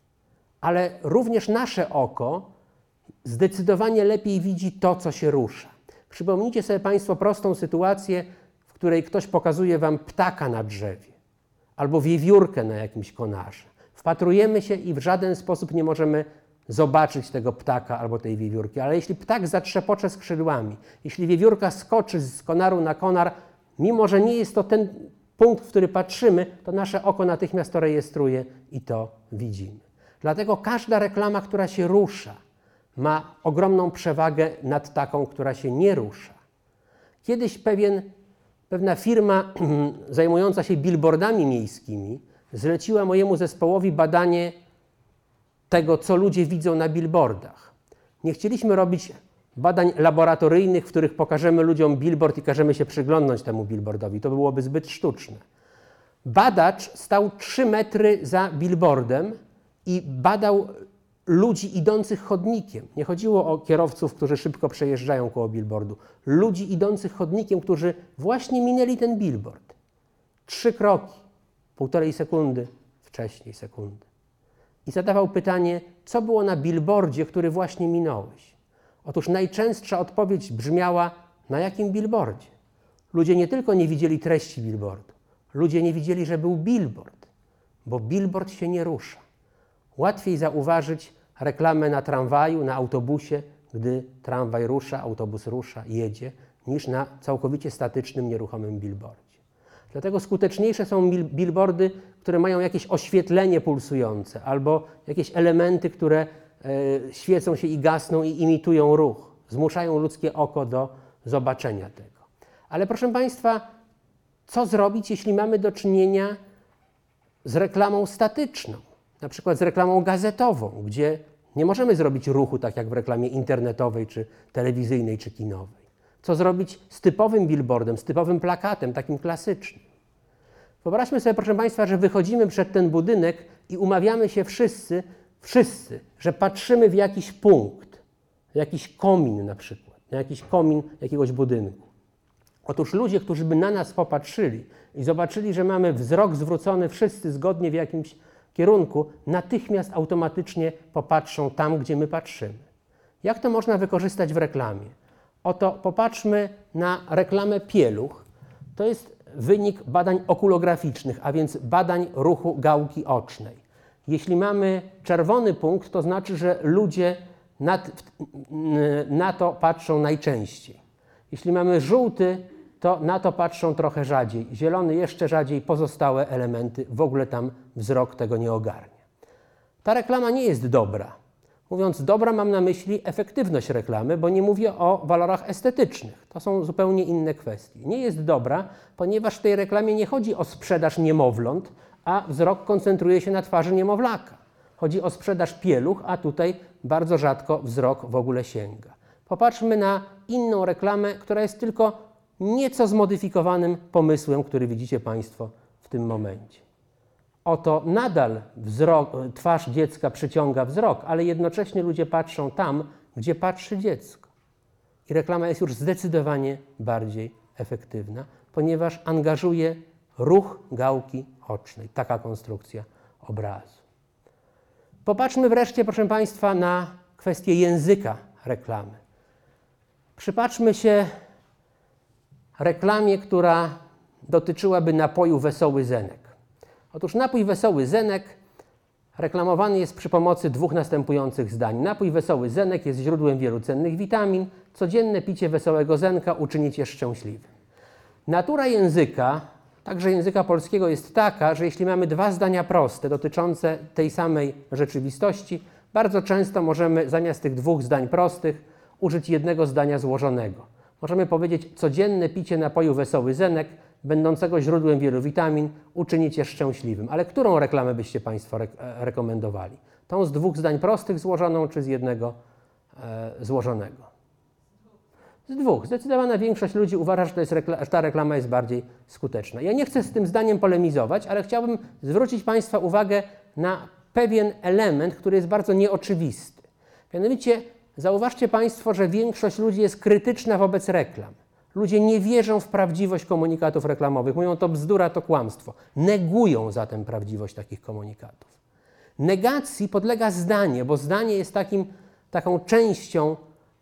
Ale również nasze oko zdecydowanie lepiej widzi to, co się rusza. Przypomnijcie sobie Państwo prostą sytuację, w której ktoś pokazuje Wam ptaka na drzewie albo wiewiórkę na jakimś konarze. Wpatrujemy się i w żaden sposób nie możemy zobaczyć tego ptaka albo tej wiewiórki. Ale jeśli ptak zatrzepocze skrzydłami, jeśli wiewiórka skoczy z konaru na konar, mimo że nie jest to ten punkt, w który patrzymy, to nasze oko natychmiast to rejestruje i to widzimy. Dlatego każda reklama, która się rusza, ma ogromną przewagę nad taką, która się nie rusza. Kiedyś pewna firma zajmująca się billboardami miejskimi zleciła mojemu zespołowi badanie tego, co ludzie widzą na billboardach. Nie chcieliśmy robić badań laboratoryjnych, w których pokażemy ludziom billboard i każemy się przyglądnąć temu billboardowi. To byłoby zbyt sztuczne. Badacz stał 3 metry za billboardem i badał ludzi idących chodnikiem. Nie chodziło o kierowców, którzy szybko przejeżdżają koło billboardu. Ludzi idących chodnikiem, którzy właśnie minęli ten billboard. 3 kroki, 1,5 sekundy wcześniej, sekundy. I zadawał pytanie, co było na billboardzie, który właśnie minąłeś. Otóż najczęstsza odpowiedź brzmiała, na jakim billboardzie? Ludzie nie tylko nie widzieli treści billboardu, ludzie nie widzieli, że był billboard, bo billboard się nie rusza. Łatwiej zauważyć reklamę na tramwaju, na autobusie, gdy tramwaj rusza, autobus rusza, jedzie, niż na całkowicie statycznym, nieruchomym billboardzie. Dlatego skuteczniejsze są billboardy, które mają jakieś oświetlenie pulsujące albo jakieś elementy, które świecą się i gasną i imitują ruch, zmuszają ludzkie oko do zobaczenia tego. Ale proszę Państwa, co zrobić, jeśli mamy do czynienia z reklamą statyczną, na przykład z reklamą gazetową, gdzie nie możemy zrobić ruchu tak jak w reklamie internetowej, czy telewizyjnej, czy kinowej. Co zrobić z typowym billboardem, z typowym plakatem, takim klasycznym? Wyobraźmy sobie, proszę Państwa, że wychodzimy przed ten budynek i umawiamy się wszyscy, że patrzymy w jakiś punkt, w jakiś komin na przykład, na jakiś komin jakiegoś budynku. Otóż ludzie, którzy by na nas popatrzyli i zobaczyli, że mamy wzrok zwrócony wszyscy zgodnie w jakimś kierunku, natychmiast automatycznie popatrzą tam, gdzie my patrzymy. Jak to można wykorzystać w reklamie? Oto popatrzmy na reklamę pieluch. To jest wynik badań okulograficznych, a więc badań ruchu gałki ocznej. Jeśli mamy czerwony punkt, to znaczy, że ludzie na to patrzą najczęściej. Jeśli mamy żółty, to na to patrzą trochę rzadziej. Zielony jeszcze rzadziej, pozostałe elementy w ogóle tam wzrok tego nie ogarnia. Ta reklama nie jest dobra. Mówiąc dobra, mam na myśli efektywność reklamy, bo nie mówię o walorach estetycznych. To są zupełnie inne kwestie. Nie jest dobra, ponieważ w tej reklamie nie chodzi o sprzedaż niemowląt, a wzrok koncentruje się na twarzy niemowlaka. Chodzi o sprzedaż pieluch, a tutaj bardzo rzadko wzrok w ogóle sięga. Popatrzmy na inną reklamę, która jest tylko nieco zmodyfikowanym pomysłem, który widzicie Państwo w tym momencie. Oto nadal twarz dziecka przyciąga wzrok, ale jednocześnie ludzie patrzą tam, gdzie patrzy dziecko. I reklama jest już zdecydowanie bardziej efektywna, ponieważ angażuje ruch gałki ocznej. Taka konstrukcja obrazu. Popatrzmy wreszcie, proszę Państwa, na kwestię języka reklamy. Przypatrzmy się reklamie, która dotyczyłaby napoju Wesoły Zenek. Otóż napój Wesoły Zenek reklamowany jest przy pomocy dwóch następujących zdań. Napój Wesoły Zenek jest źródłem wielu cennych witamin. Codzienne picie Wesołego Zenka uczyni Cię szczęśliwym. Natura języka, także języka polskiego, jest taka, że jeśli mamy dwa zdania proste dotyczące tej samej rzeczywistości, bardzo często możemy zamiast tych dwóch zdań prostych użyć jednego zdania złożonego. Możemy powiedzieć: codzienne picie napoju Wesoły Zenek, będącego źródłem wielu witamin, uczyni Cię szczęśliwym. Ale którą reklamę byście Państwo rekomendowali? Tą z dwóch zdań prostych złożoną, czy z jednego złożonego? Z dwóch. Zdecydowana większość ludzi uważa, że ta reklama jest bardziej skuteczna. Ja nie chcę z tym zdaniem polemizować, ale chciałbym zwrócić Państwa uwagę na pewien element, który jest bardzo nieoczywisty. Mianowicie zauważcie Państwo, że większość ludzi jest krytyczna wobec reklam. Ludzie nie wierzą w prawdziwość komunikatów reklamowych. Mówią: to bzdura, to kłamstwo. Negują zatem prawdziwość takich komunikatów. Negacji podlega zdanie, bo zdanie jest taką częścią,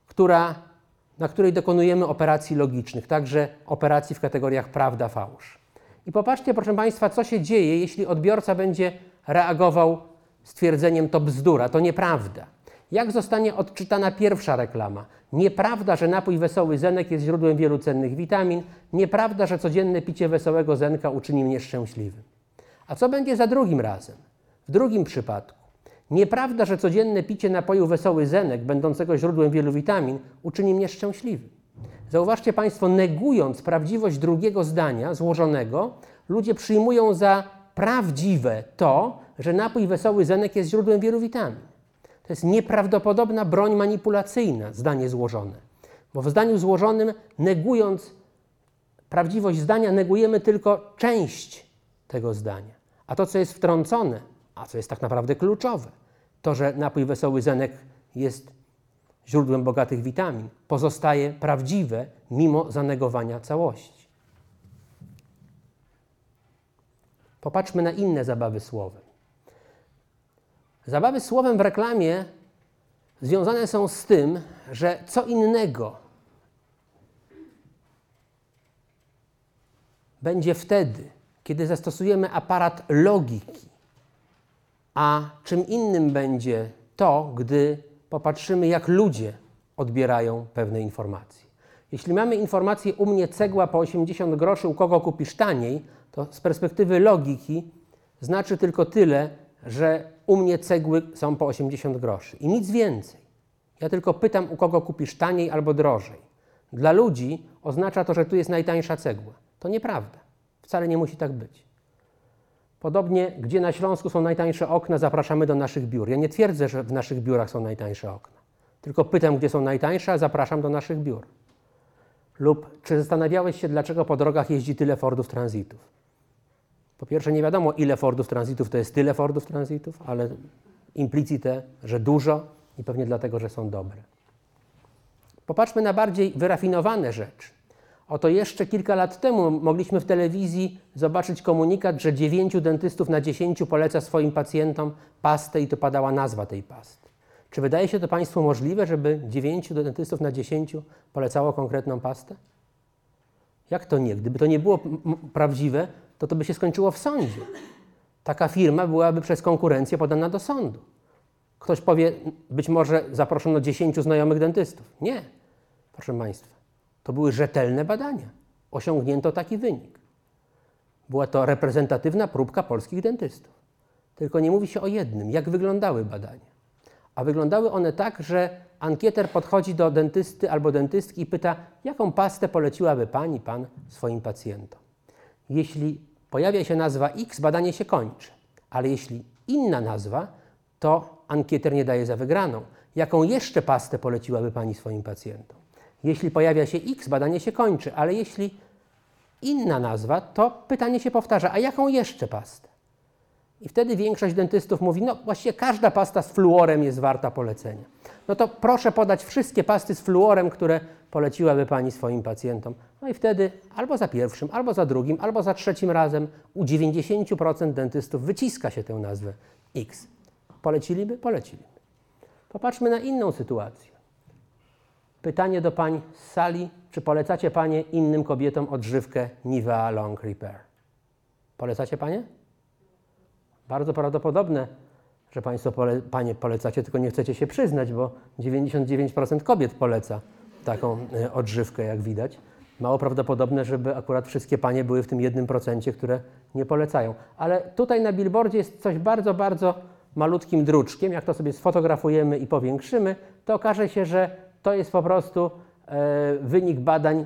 na której dokonujemy operacji logicznych, także operacji w kategoriach prawda, fałsz. I popatrzcie, proszę Państwa, co się dzieje, jeśli odbiorca będzie reagował stwierdzeniem: to bzdura, to nieprawda. Jak zostanie odczytana pierwsza reklama? Nieprawda, że napój Wesoły Zenek jest źródłem wielu cennych witamin. Nieprawda, że codzienne picie Wesołego Zenka uczyni mnie szczęśliwym. A co będzie za drugim razem? W drugim przypadku. Nieprawda, że codzienne picie napoju Wesoły Zenek, będącego źródłem wielu witamin, uczyni mnie szczęśliwym. Zauważcie Państwo, negując prawdziwość drugiego zdania złożonego, ludzie przyjmują za prawdziwe to, że napój Wesoły Zenek jest źródłem wielu witamin. To jest nieprawdopodobna broń manipulacyjna, zdanie złożone. Bo w zdaniu złożonym, negując prawdziwość zdania, negujemy tylko część tego zdania. A to, co jest wtrącone, a co jest tak naprawdę kluczowe, to, że napój Wesoły Zenek jest źródłem bogatych witamin, pozostaje prawdziwe mimo zanegowania całości. Popatrzmy na inne zabawy słowem. Zabawy słowem w reklamie związane są z tym, że co innego będzie wtedy, kiedy zastosujemy aparat logiki, a czym innym będzie to, gdy popatrzymy, jak ludzie odbierają pewne informacje. Jeśli mamy informację: u mnie cegła po 80 groszy, u kogo kupisz taniej, to z perspektywy logiki znaczy tylko tyle, że u mnie cegły są po 80 groszy i nic więcej. Ja tylko pytam, u kogo kupisz taniej albo drożej. Dla ludzi oznacza to, że tu jest najtańsza cegła. To nieprawda. Wcale nie musi tak być. Podobnie, gdzie na Śląsku są najtańsze okna, zapraszamy do naszych biur. Ja nie twierdzę, że w naszych biurach są najtańsze okna. Tylko pytam, gdzie są najtańsze, a zapraszam do naszych biur. Lub czy zastanawiałeś się, dlaczego po drogach jeździ tyle Fordów Transitów? Po pierwsze, nie wiadomo, ile Fordów Transitów to jest tyle Fordów Transitów, ale implicite, że dużo i pewnie dlatego, że są dobre. Popatrzmy na bardziej wyrafinowane rzeczy. Oto jeszcze kilka lat temu mogliśmy w telewizji zobaczyć komunikat, że 9 dentystów na 10 poleca swoim pacjentom pastę i to padała nazwa tej pasty. Czy wydaje się to Państwu możliwe, żeby 9 dentystów na 10 polecało konkretną pastę? Jak to nie? Gdyby to nie było prawdziwe, to by się skończyło w sądzie. Taka firma byłaby przez konkurencję podana do sądu. Ktoś powie, być może zaproszono 10 znajomych dentystów. Nie, proszę Państwa. To były rzetelne badania. Osiągnięto taki wynik. Była to reprezentatywna próbka polskich dentystów. Tylko nie mówi się o jednym, jak wyglądały badania. A wyglądały one tak, że ankieter podchodzi do dentysty albo dentystki i pyta, jaką pastę poleciłaby pani, pan swoim pacjentom. Jeśli pojawia się nazwa X, badanie się kończy. Ale jeśli inna nazwa, to ankieter nie daje za wygraną. Jaką jeszcze pastę poleciłaby pani swoim pacjentom? Jeśli pojawia się X, badanie się kończy, ale jeśli inna nazwa, to pytanie się powtarza, a jaką jeszcze pastę? I wtedy większość dentystów mówi, no właściwie każda pasta z fluorem jest warta polecenia. No to proszę podać wszystkie pasty z fluorem, które poleciłaby pani swoim pacjentom. No i wtedy albo za pierwszym, albo za drugim, albo za trzecim razem u 90% dentystów wyciska się tę nazwę X. Poleciliby? Poleciliby. Popatrzmy na inną sytuację. Pytanie do pań z sali, czy polecacie panie innym kobietom odżywkę Nivea Long Repair? Polecacie panie? Bardzo prawdopodobne, że państwo panie polecacie, tylko nie chcecie się przyznać, bo 99% kobiet poleca taką odżywkę, jak widać. Mało prawdopodobne, żeby akurat wszystkie panie były w tym 1%, które nie polecają. Ale tutaj na billboardzie jest coś bardzo, bardzo malutkim druczkiem. Jak to sobie sfotografujemy i powiększymy, to okaże się, że to jest po prostu wynik badań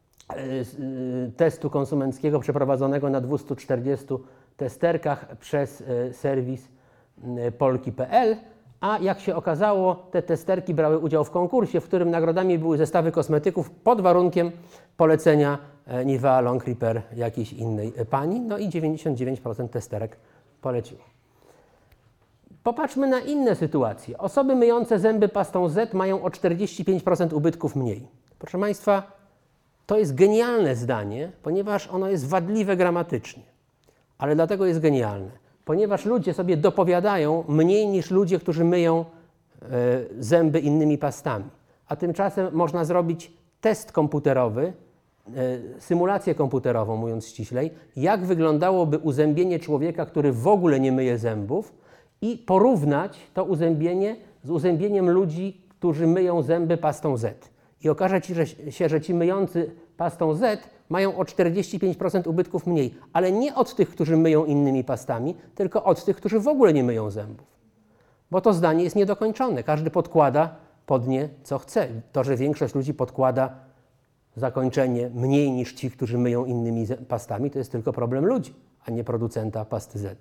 testu konsumenckiego przeprowadzonego na 240 testerkach przez serwis Polki.pl, a jak się okazało, te testerki brały udział w konkursie, w którym nagrodami były zestawy kosmetyków pod warunkiem polecenia Nivea Long Repair jakiejś innej pani, no i 99% testerek poleciło. Popatrzmy na inne sytuacje. Osoby myjące zęby pastą Z mają o 45% ubytków mniej. Proszę Państwa, to jest genialne zdanie, ponieważ ono jest wadliwe gramatycznie. Ale dlatego jest genialne, ponieważ ludzie sobie dopowiadają mniej niż ludzie, którzy myją zęby innymi pastami. A tymczasem można zrobić test komputerowy, symulację komputerową, mówiąc ściślej, jak wyglądałoby uzębienie człowieka, który w ogóle nie myje zębów, i porównać to uzębienie z uzębieniem ludzi, którzy myją zęby pastą Z. I okaże się, że ci myjący pastą Z mają o 45% ubytków mniej, ale nie od tych, którzy myją innymi pastami, tylko od tych, którzy w ogóle nie myją zębów. Bo to zdanie jest niedokończone. Każdy podkłada pod nie, co chce. To, że większość ludzi podkłada zakończenie mniej niż ci, którzy myją innymi pastami, to jest tylko problem ludzi, a nie producenta pasty Z.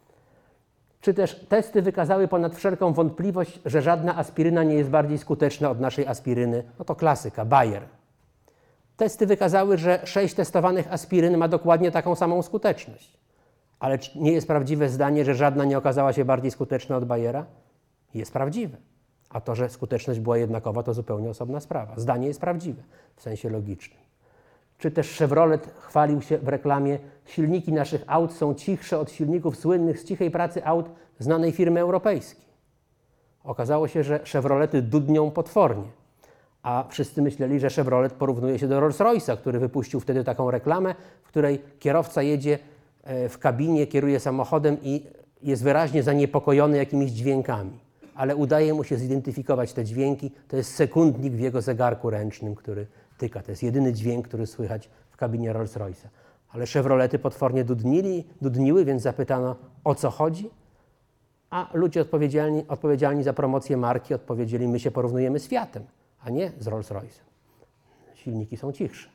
Czy też testy wykazały ponad wszelką wątpliwość, że żadna aspiryna nie jest bardziej skuteczna od naszej aspiryny? No to klasyka, Bayer. Testy wykazały, że 6 testowanych aspiryn ma dokładnie taką samą skuteczność. Ale nie jest prawdziwe zdanie, że żadna nie okazała się bardziej skuteczna od Bayera? Jest prawdziwe. A to, że skuteczność była jednakowa, to zupełnie osobna sprawa. Zdanie jest prawdziwe w sensie logicznym. Czy też Chevrolet chwalił się w reklamie, silniki naszych aut są cichsze od silników słynnych z cichej pracy aut znanej firmy europejskiej. Okazało się, że Chevrolety dudnią potwornie, a wszyscy myśleli, że Chevrolet porównuje się do Rolls-Royce'a, który wypuścił wtedy taką reklamę, w której kierowca jedzie w kabinie, kieruje samochodem i jest wyraźnie zaniepokojony jakimiś dźwiękami, ale udaje mu się zidentyfikować te dźwięki. To jest sekundnik w jego zegarku ręcznym, który tyka. To jest jedyny dźwięk, który słychać w kabinie Rolls-Royce'a. Ale Chevrolety potwornie dudniły, więc zapytano, o co chodzi? A ludzie odpowiedzialni za promocję marki odpowiedzieli, my się porównujemy z Fiatem, a nie z Rolls-Royce'em. Silniki są cichsze.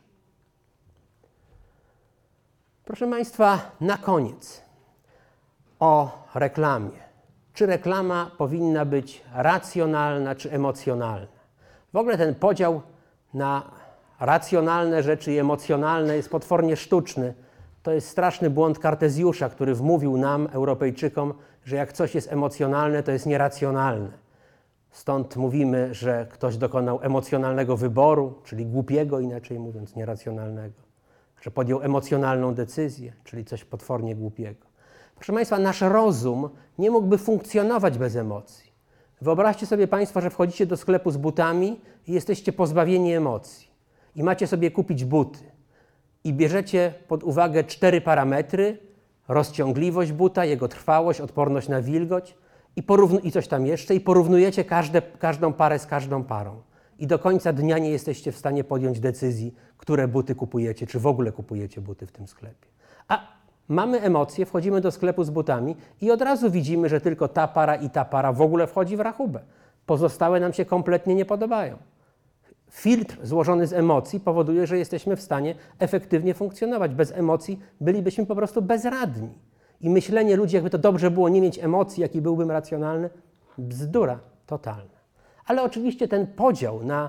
Proszę Państwa, na koniec o reklamie. Czy reklama powinna być racjonalna czy emocjonalna? W ogóle ten podział na racjonalne rzeczy i emocjonalne jest potwornie sztuczny. To jest straszny błąd Kartezjusza, który wmówił nam, Europejczykom, że jak coś jest emocjonalne, to jest nieracjonalne. Stąd mówimy, że ktoś dokonał emocjonalnego wyboru, czyli głupiego, inaczej mówiąc, nieracjonalnego. Że podjął emocjonalną decyzję, czyli coś potwornie głupiego. Proszę Państwa, nasz rozum nie mógłby funkcjonować bez emocji. Wyobraźcie sobie Państwo, że wchodzicie do sklepu z butami i jesteście pozbawieni emocji. I macie sobie kupić buty. I bierzecie pod uwagę 4 parametry: rozciągliwość buta, jego trwałość, odporność na wilgoć i coś tam jeszcze. I porównujecie każdą parę z każdą parą. I do końca dnia nie jesteście w stanie podjąć decyzji, które buty kupujecie, czy w ogóle kupujecie buty w tym sklepie. A mamy emocje, wchodzimy do sklepu z butami i od razu widzimy, że tylko ta para i ta para w ogóle wchodzi w rachubę. Pozostałe nam się kompletnie nie podobają. Filtr złożony z emocji powoduje, że jesteśmy w stanie efektywnie funkcjonować. Bez emocji bylibyśmy po prostu bezradni. I myślenie ludzi, jakby to dobrze było nie mieć emocji, jaki byłbym racjonalny, bzdura totalna. Ale oczywiście ten podział na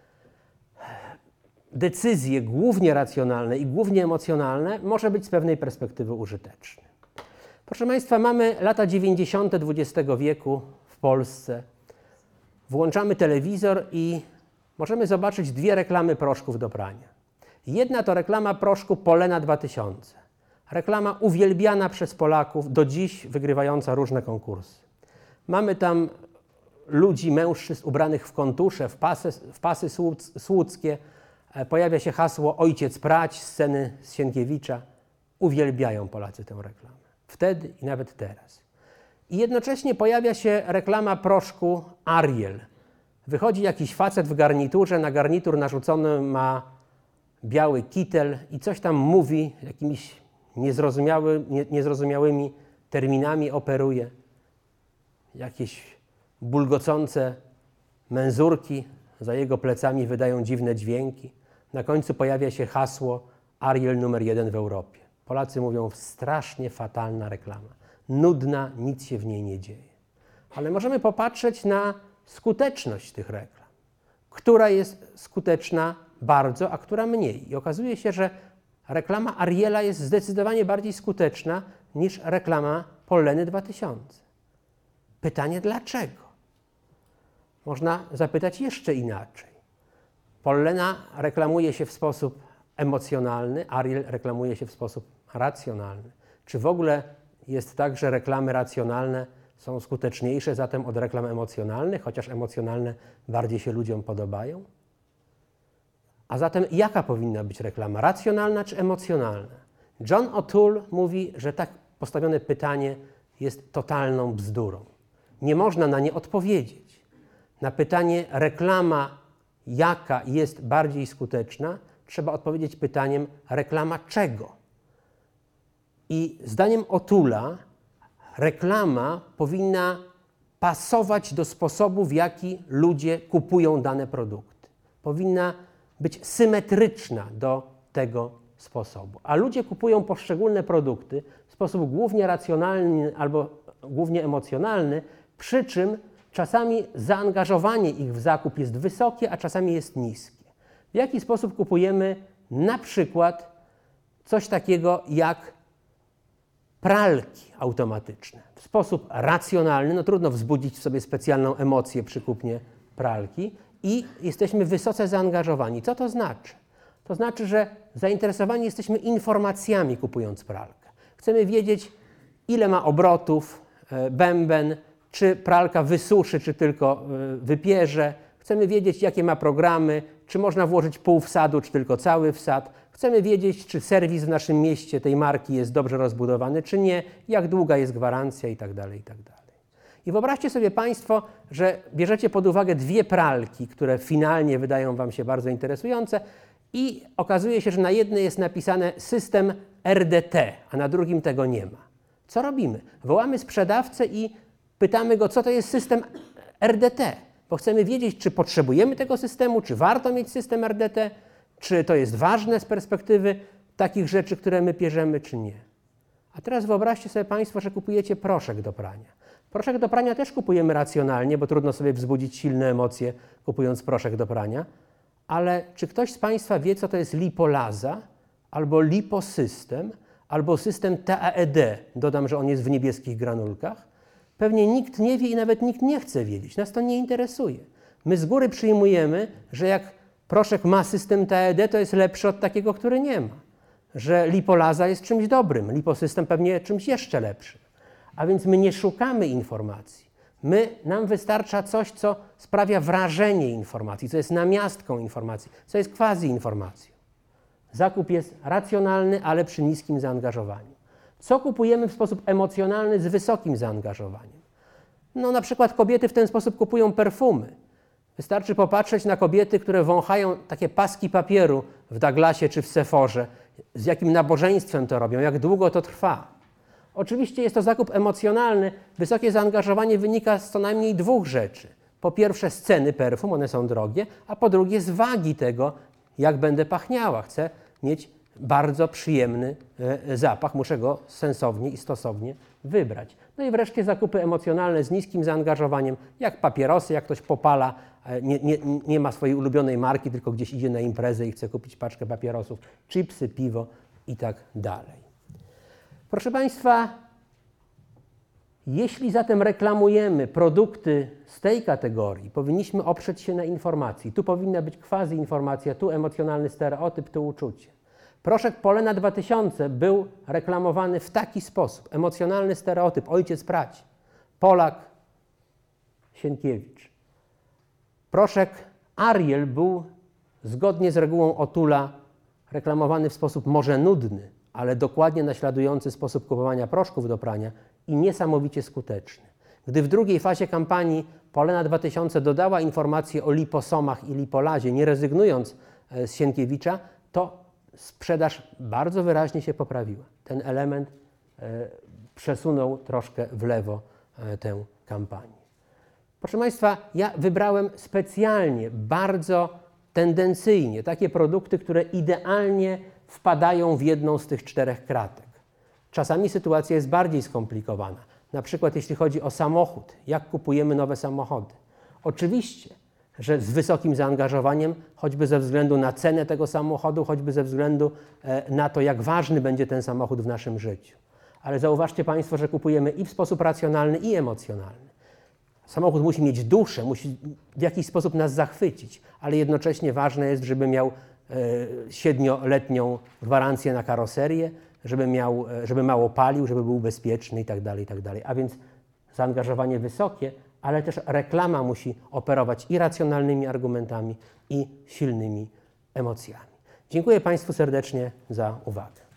decyzje głównie racjonalne i głównie emocjonalne może być z pewnej perspektywy użyteczny. Proszę Państwa, mamy lata 90. XX wieku w Polsce. Włączamy telewizor i możemy zobaczyć 2 reklamy proszków do prania. Jedna to reklama proszku Polena 2000. Reklama uwielbiana przez Polaków, do dziś wygrywająca różne konkursy. Mamy tam ludzi, mężczyzn ubranych w kontusze, w pasy słudzkie. Pojawia się hasło „Ojciec prać”, sceny z Sienkiewicza. Uwielbiają Polacy tę reklamę. Wtedy i nawet teraz. I jednocześnie pojawia się reklama proszku Ariel. Wychodzi jakiś facet w garniturze, na garnitur narzucony ma biały kitel i coś tam mówi, jakimiś niezrozumiałymi terminami operuje. Jakieś bulgocące menzurki za jego plecami wydają dziwne dźwięki. Na końcu pojawia się hasło Ariel numer 1 w Europie. Polacy mówią, strasznie fatalna reklama. Nudna, nic się w niej nie dzieje. Ale możemy popatrzeć na skuteczność tych reklam. Która jest skuteczna bardzo, a która mniej. I okazuje się, że reklama Ariela jest zdecydowanie bardziej skuteczna niż reklama Poleny 2000. Pytanie dlaczego? Można zapytać jeszcze inaczej. Pollena reklamuje się w sposób emocjonalny, Ariel reklamuje się w sposób racjonalny. Czy w ogóle jest tak, że reklamy racjonalne są skuteczniejsze zatem od reklam emocjonalnych, chociaż emocjonalne bardziej się ludziom podobają? A zatem jaka powinna być reklama? Racjonalna czy emocjonalna? John O'Toole mówi, że tak postawione pytanie jest totalną bzdurą. Nie można na nie odpowiedzieć. Na pytanie reklama jaka jest bardziej skuteczna, trzeba odpowiedzieć pytaniem reklama czego? I zdaniem O'Toole'a reklama powinna pasować do sposobu, w jaki ludzie kupują dane produkty. Powinna być symetryczna do tego sposobu. A ludzie kupują poszczególne produkty w sposób głównie racjonalny albo głównie emocjonalny, przy czym czasami zaangażowanie ich w zakup jest wysokie, a czasami jest niskie. W jaki sposób kupujemy na przykład coś takiego jak pralki automatyczne? W sposób racjonalny, no trudno wzbudzić w sobie specjalną emocję przy kupnie pralki i jesteśmy wysoce zaangażowani. Co to znaczy? To znaczy, że zainteresowani jesteśmy informacjami kupując pralkę. Chcemy wiedzieć, ile ma obrotów bęben, czy pralka wysuszy, czy tylko wypierze. Chcemy wiedzieć, jakie ma programy, czy można włożyć pół wsadu, czy tylko cały wsad. Chcemy wiedzieć, czy serwis w naszym mieście tej marki jest dobrze rozbudowany, czy nie, jak długa jest gwarancja itd., itd. I wyobraźcie sobie Państwo, że bierzecie pod uwagę 2 pralki, które finalnie wydają Wam się bardzo interesujące i okazuje się, że na jednej jest napisane system RDT, a na drugim tego nie ma. Co robimy? Wołamy sprzedawcę i pytamy go, co to jest system RDT, bo chcemy wiedzieć, czy potrzebujemy tego systemu, czy warto mieć system RDT, czy to jest ważne z perspektywy takich rzeczy, które my bierzemy, czy nie. A teraz wyobraźcie sobie Państwo, że kupujecie proszek do prania. Proszek do prania też kupujemy racjonalnie, bo trudno sobie wzbudzić silne emocje, kupując proszek do prania. Ale czy ktoś z Państwa wie, co to jest lipolaza, albo liposystem, albo system TAED? Dodam, że on jest w niebieskich granulkach. pewnie nikt nie wie i nawet nikt nie chce wiedzieć. Nas to nie interesuje. My z góry przyjmujemy, że jak proszek ma system TED, to jest lepszy od takiego, który nie ma. Że lipolaza jest czymś dobrym, liposystem pewnie czymś jeszcze lepszym. A więc my nie szukamy informacji. Nam wystarcza coś, co sprawia wrażenie informacji, co jest namiastką informacji, co jest quasi-informacją. Zakup jest racjonalny, ale przy niskim zaangażowaniu. Co kupujemy w sposób emocjonalny z wysokim zaangażowaniem? No na przykład kobiety w ten sposób kupują perfumy. Wystarczy popatrzeć na kobiety, które wąchają takie paski papieru w Douglasie czy w Sephorze, z jakim nabożeństwem to robią, jak długo to trwa. Oczywiście jest to zakup emocjonalny. Wysokie zaangażowanie wynika z co najmniej dwóch rzeczy. Po pierwsze z ceny perfum, one są drogie, a po drugie z wagi tego, jak będę pachniała. Chcę mieć bardzo przyjemny zapach, muszę go sensownie i stosownie wybrać. No i wreszcie zakupy emocjonalne z niskim zaangażowaniem, jak papierosy, jak ktoś popala, nie ma swojej ulubionej marki, tylko gdzieś idzie na imprezę i chce kupić paczkę papierosów, chipsy, piwo i tak dalej. Proszę Państwa, jeśli zatem reklamujemy produkty z tej kategorii, powinniśmy oprzeć się na informacji. Tu powinna być quasi-informacja, tu emocjonalny stereotyp, tu uczucie. Proszek Polena 2000 był reklamowany w taki sposób. Emocjonalny stereotyp, ojciec prać, Polak, Sienkiewicz. Proszek Ariel był zgodnie z regułą Otula reklamowany w sposób może nudny, ale dokładnie naśladujący sposób kupowania proszków do prania i niesamowicie skuteczny. Gdy w drugiej fazie kampanii Polena 2000 dodała informacje o liposomach i lipolazie, nie rezygnując z Sienkiewicza, to sprzedaż bardzo wyraźnie się poprawiła. Ten element przesunął troszkę w lewo tę kampanię. Proszę Państwa, ja wybrałem specjalnie, bardzo tendencyjnie takie produkty, które idealnie wpadają w jedną z tych czterech kratek. Czasami sytuacja jest bardziej skomplikowana. Na przykład jeśli chodzi o samochód, jak kupujemy nowe samochody. Oczywiście, że z wysokim zaangażowaniem, choćby ze względu na cenę tego samochodu, choćby ze względu na to, jak ważny będzie ten samochód w naszym życiu. Ale zauważcie Państwo, że kupujemy i w sposób racjonalny, i emocjonalny. Samochód musi mieć duszę, musi w jakiś sposób nas zachwycić, ale jednocześnie ważne jest, żeby miał 7-letnią gwarancję na karoserię, żeby mało palił, żeby był bezpieczny itd., itd. A więc zaangażowanie wysokie, ale też reklama musi operować i racjonalnymi argumentami, i silnymi emocjami. Dziękuję Państwu serdecznie za uwagę.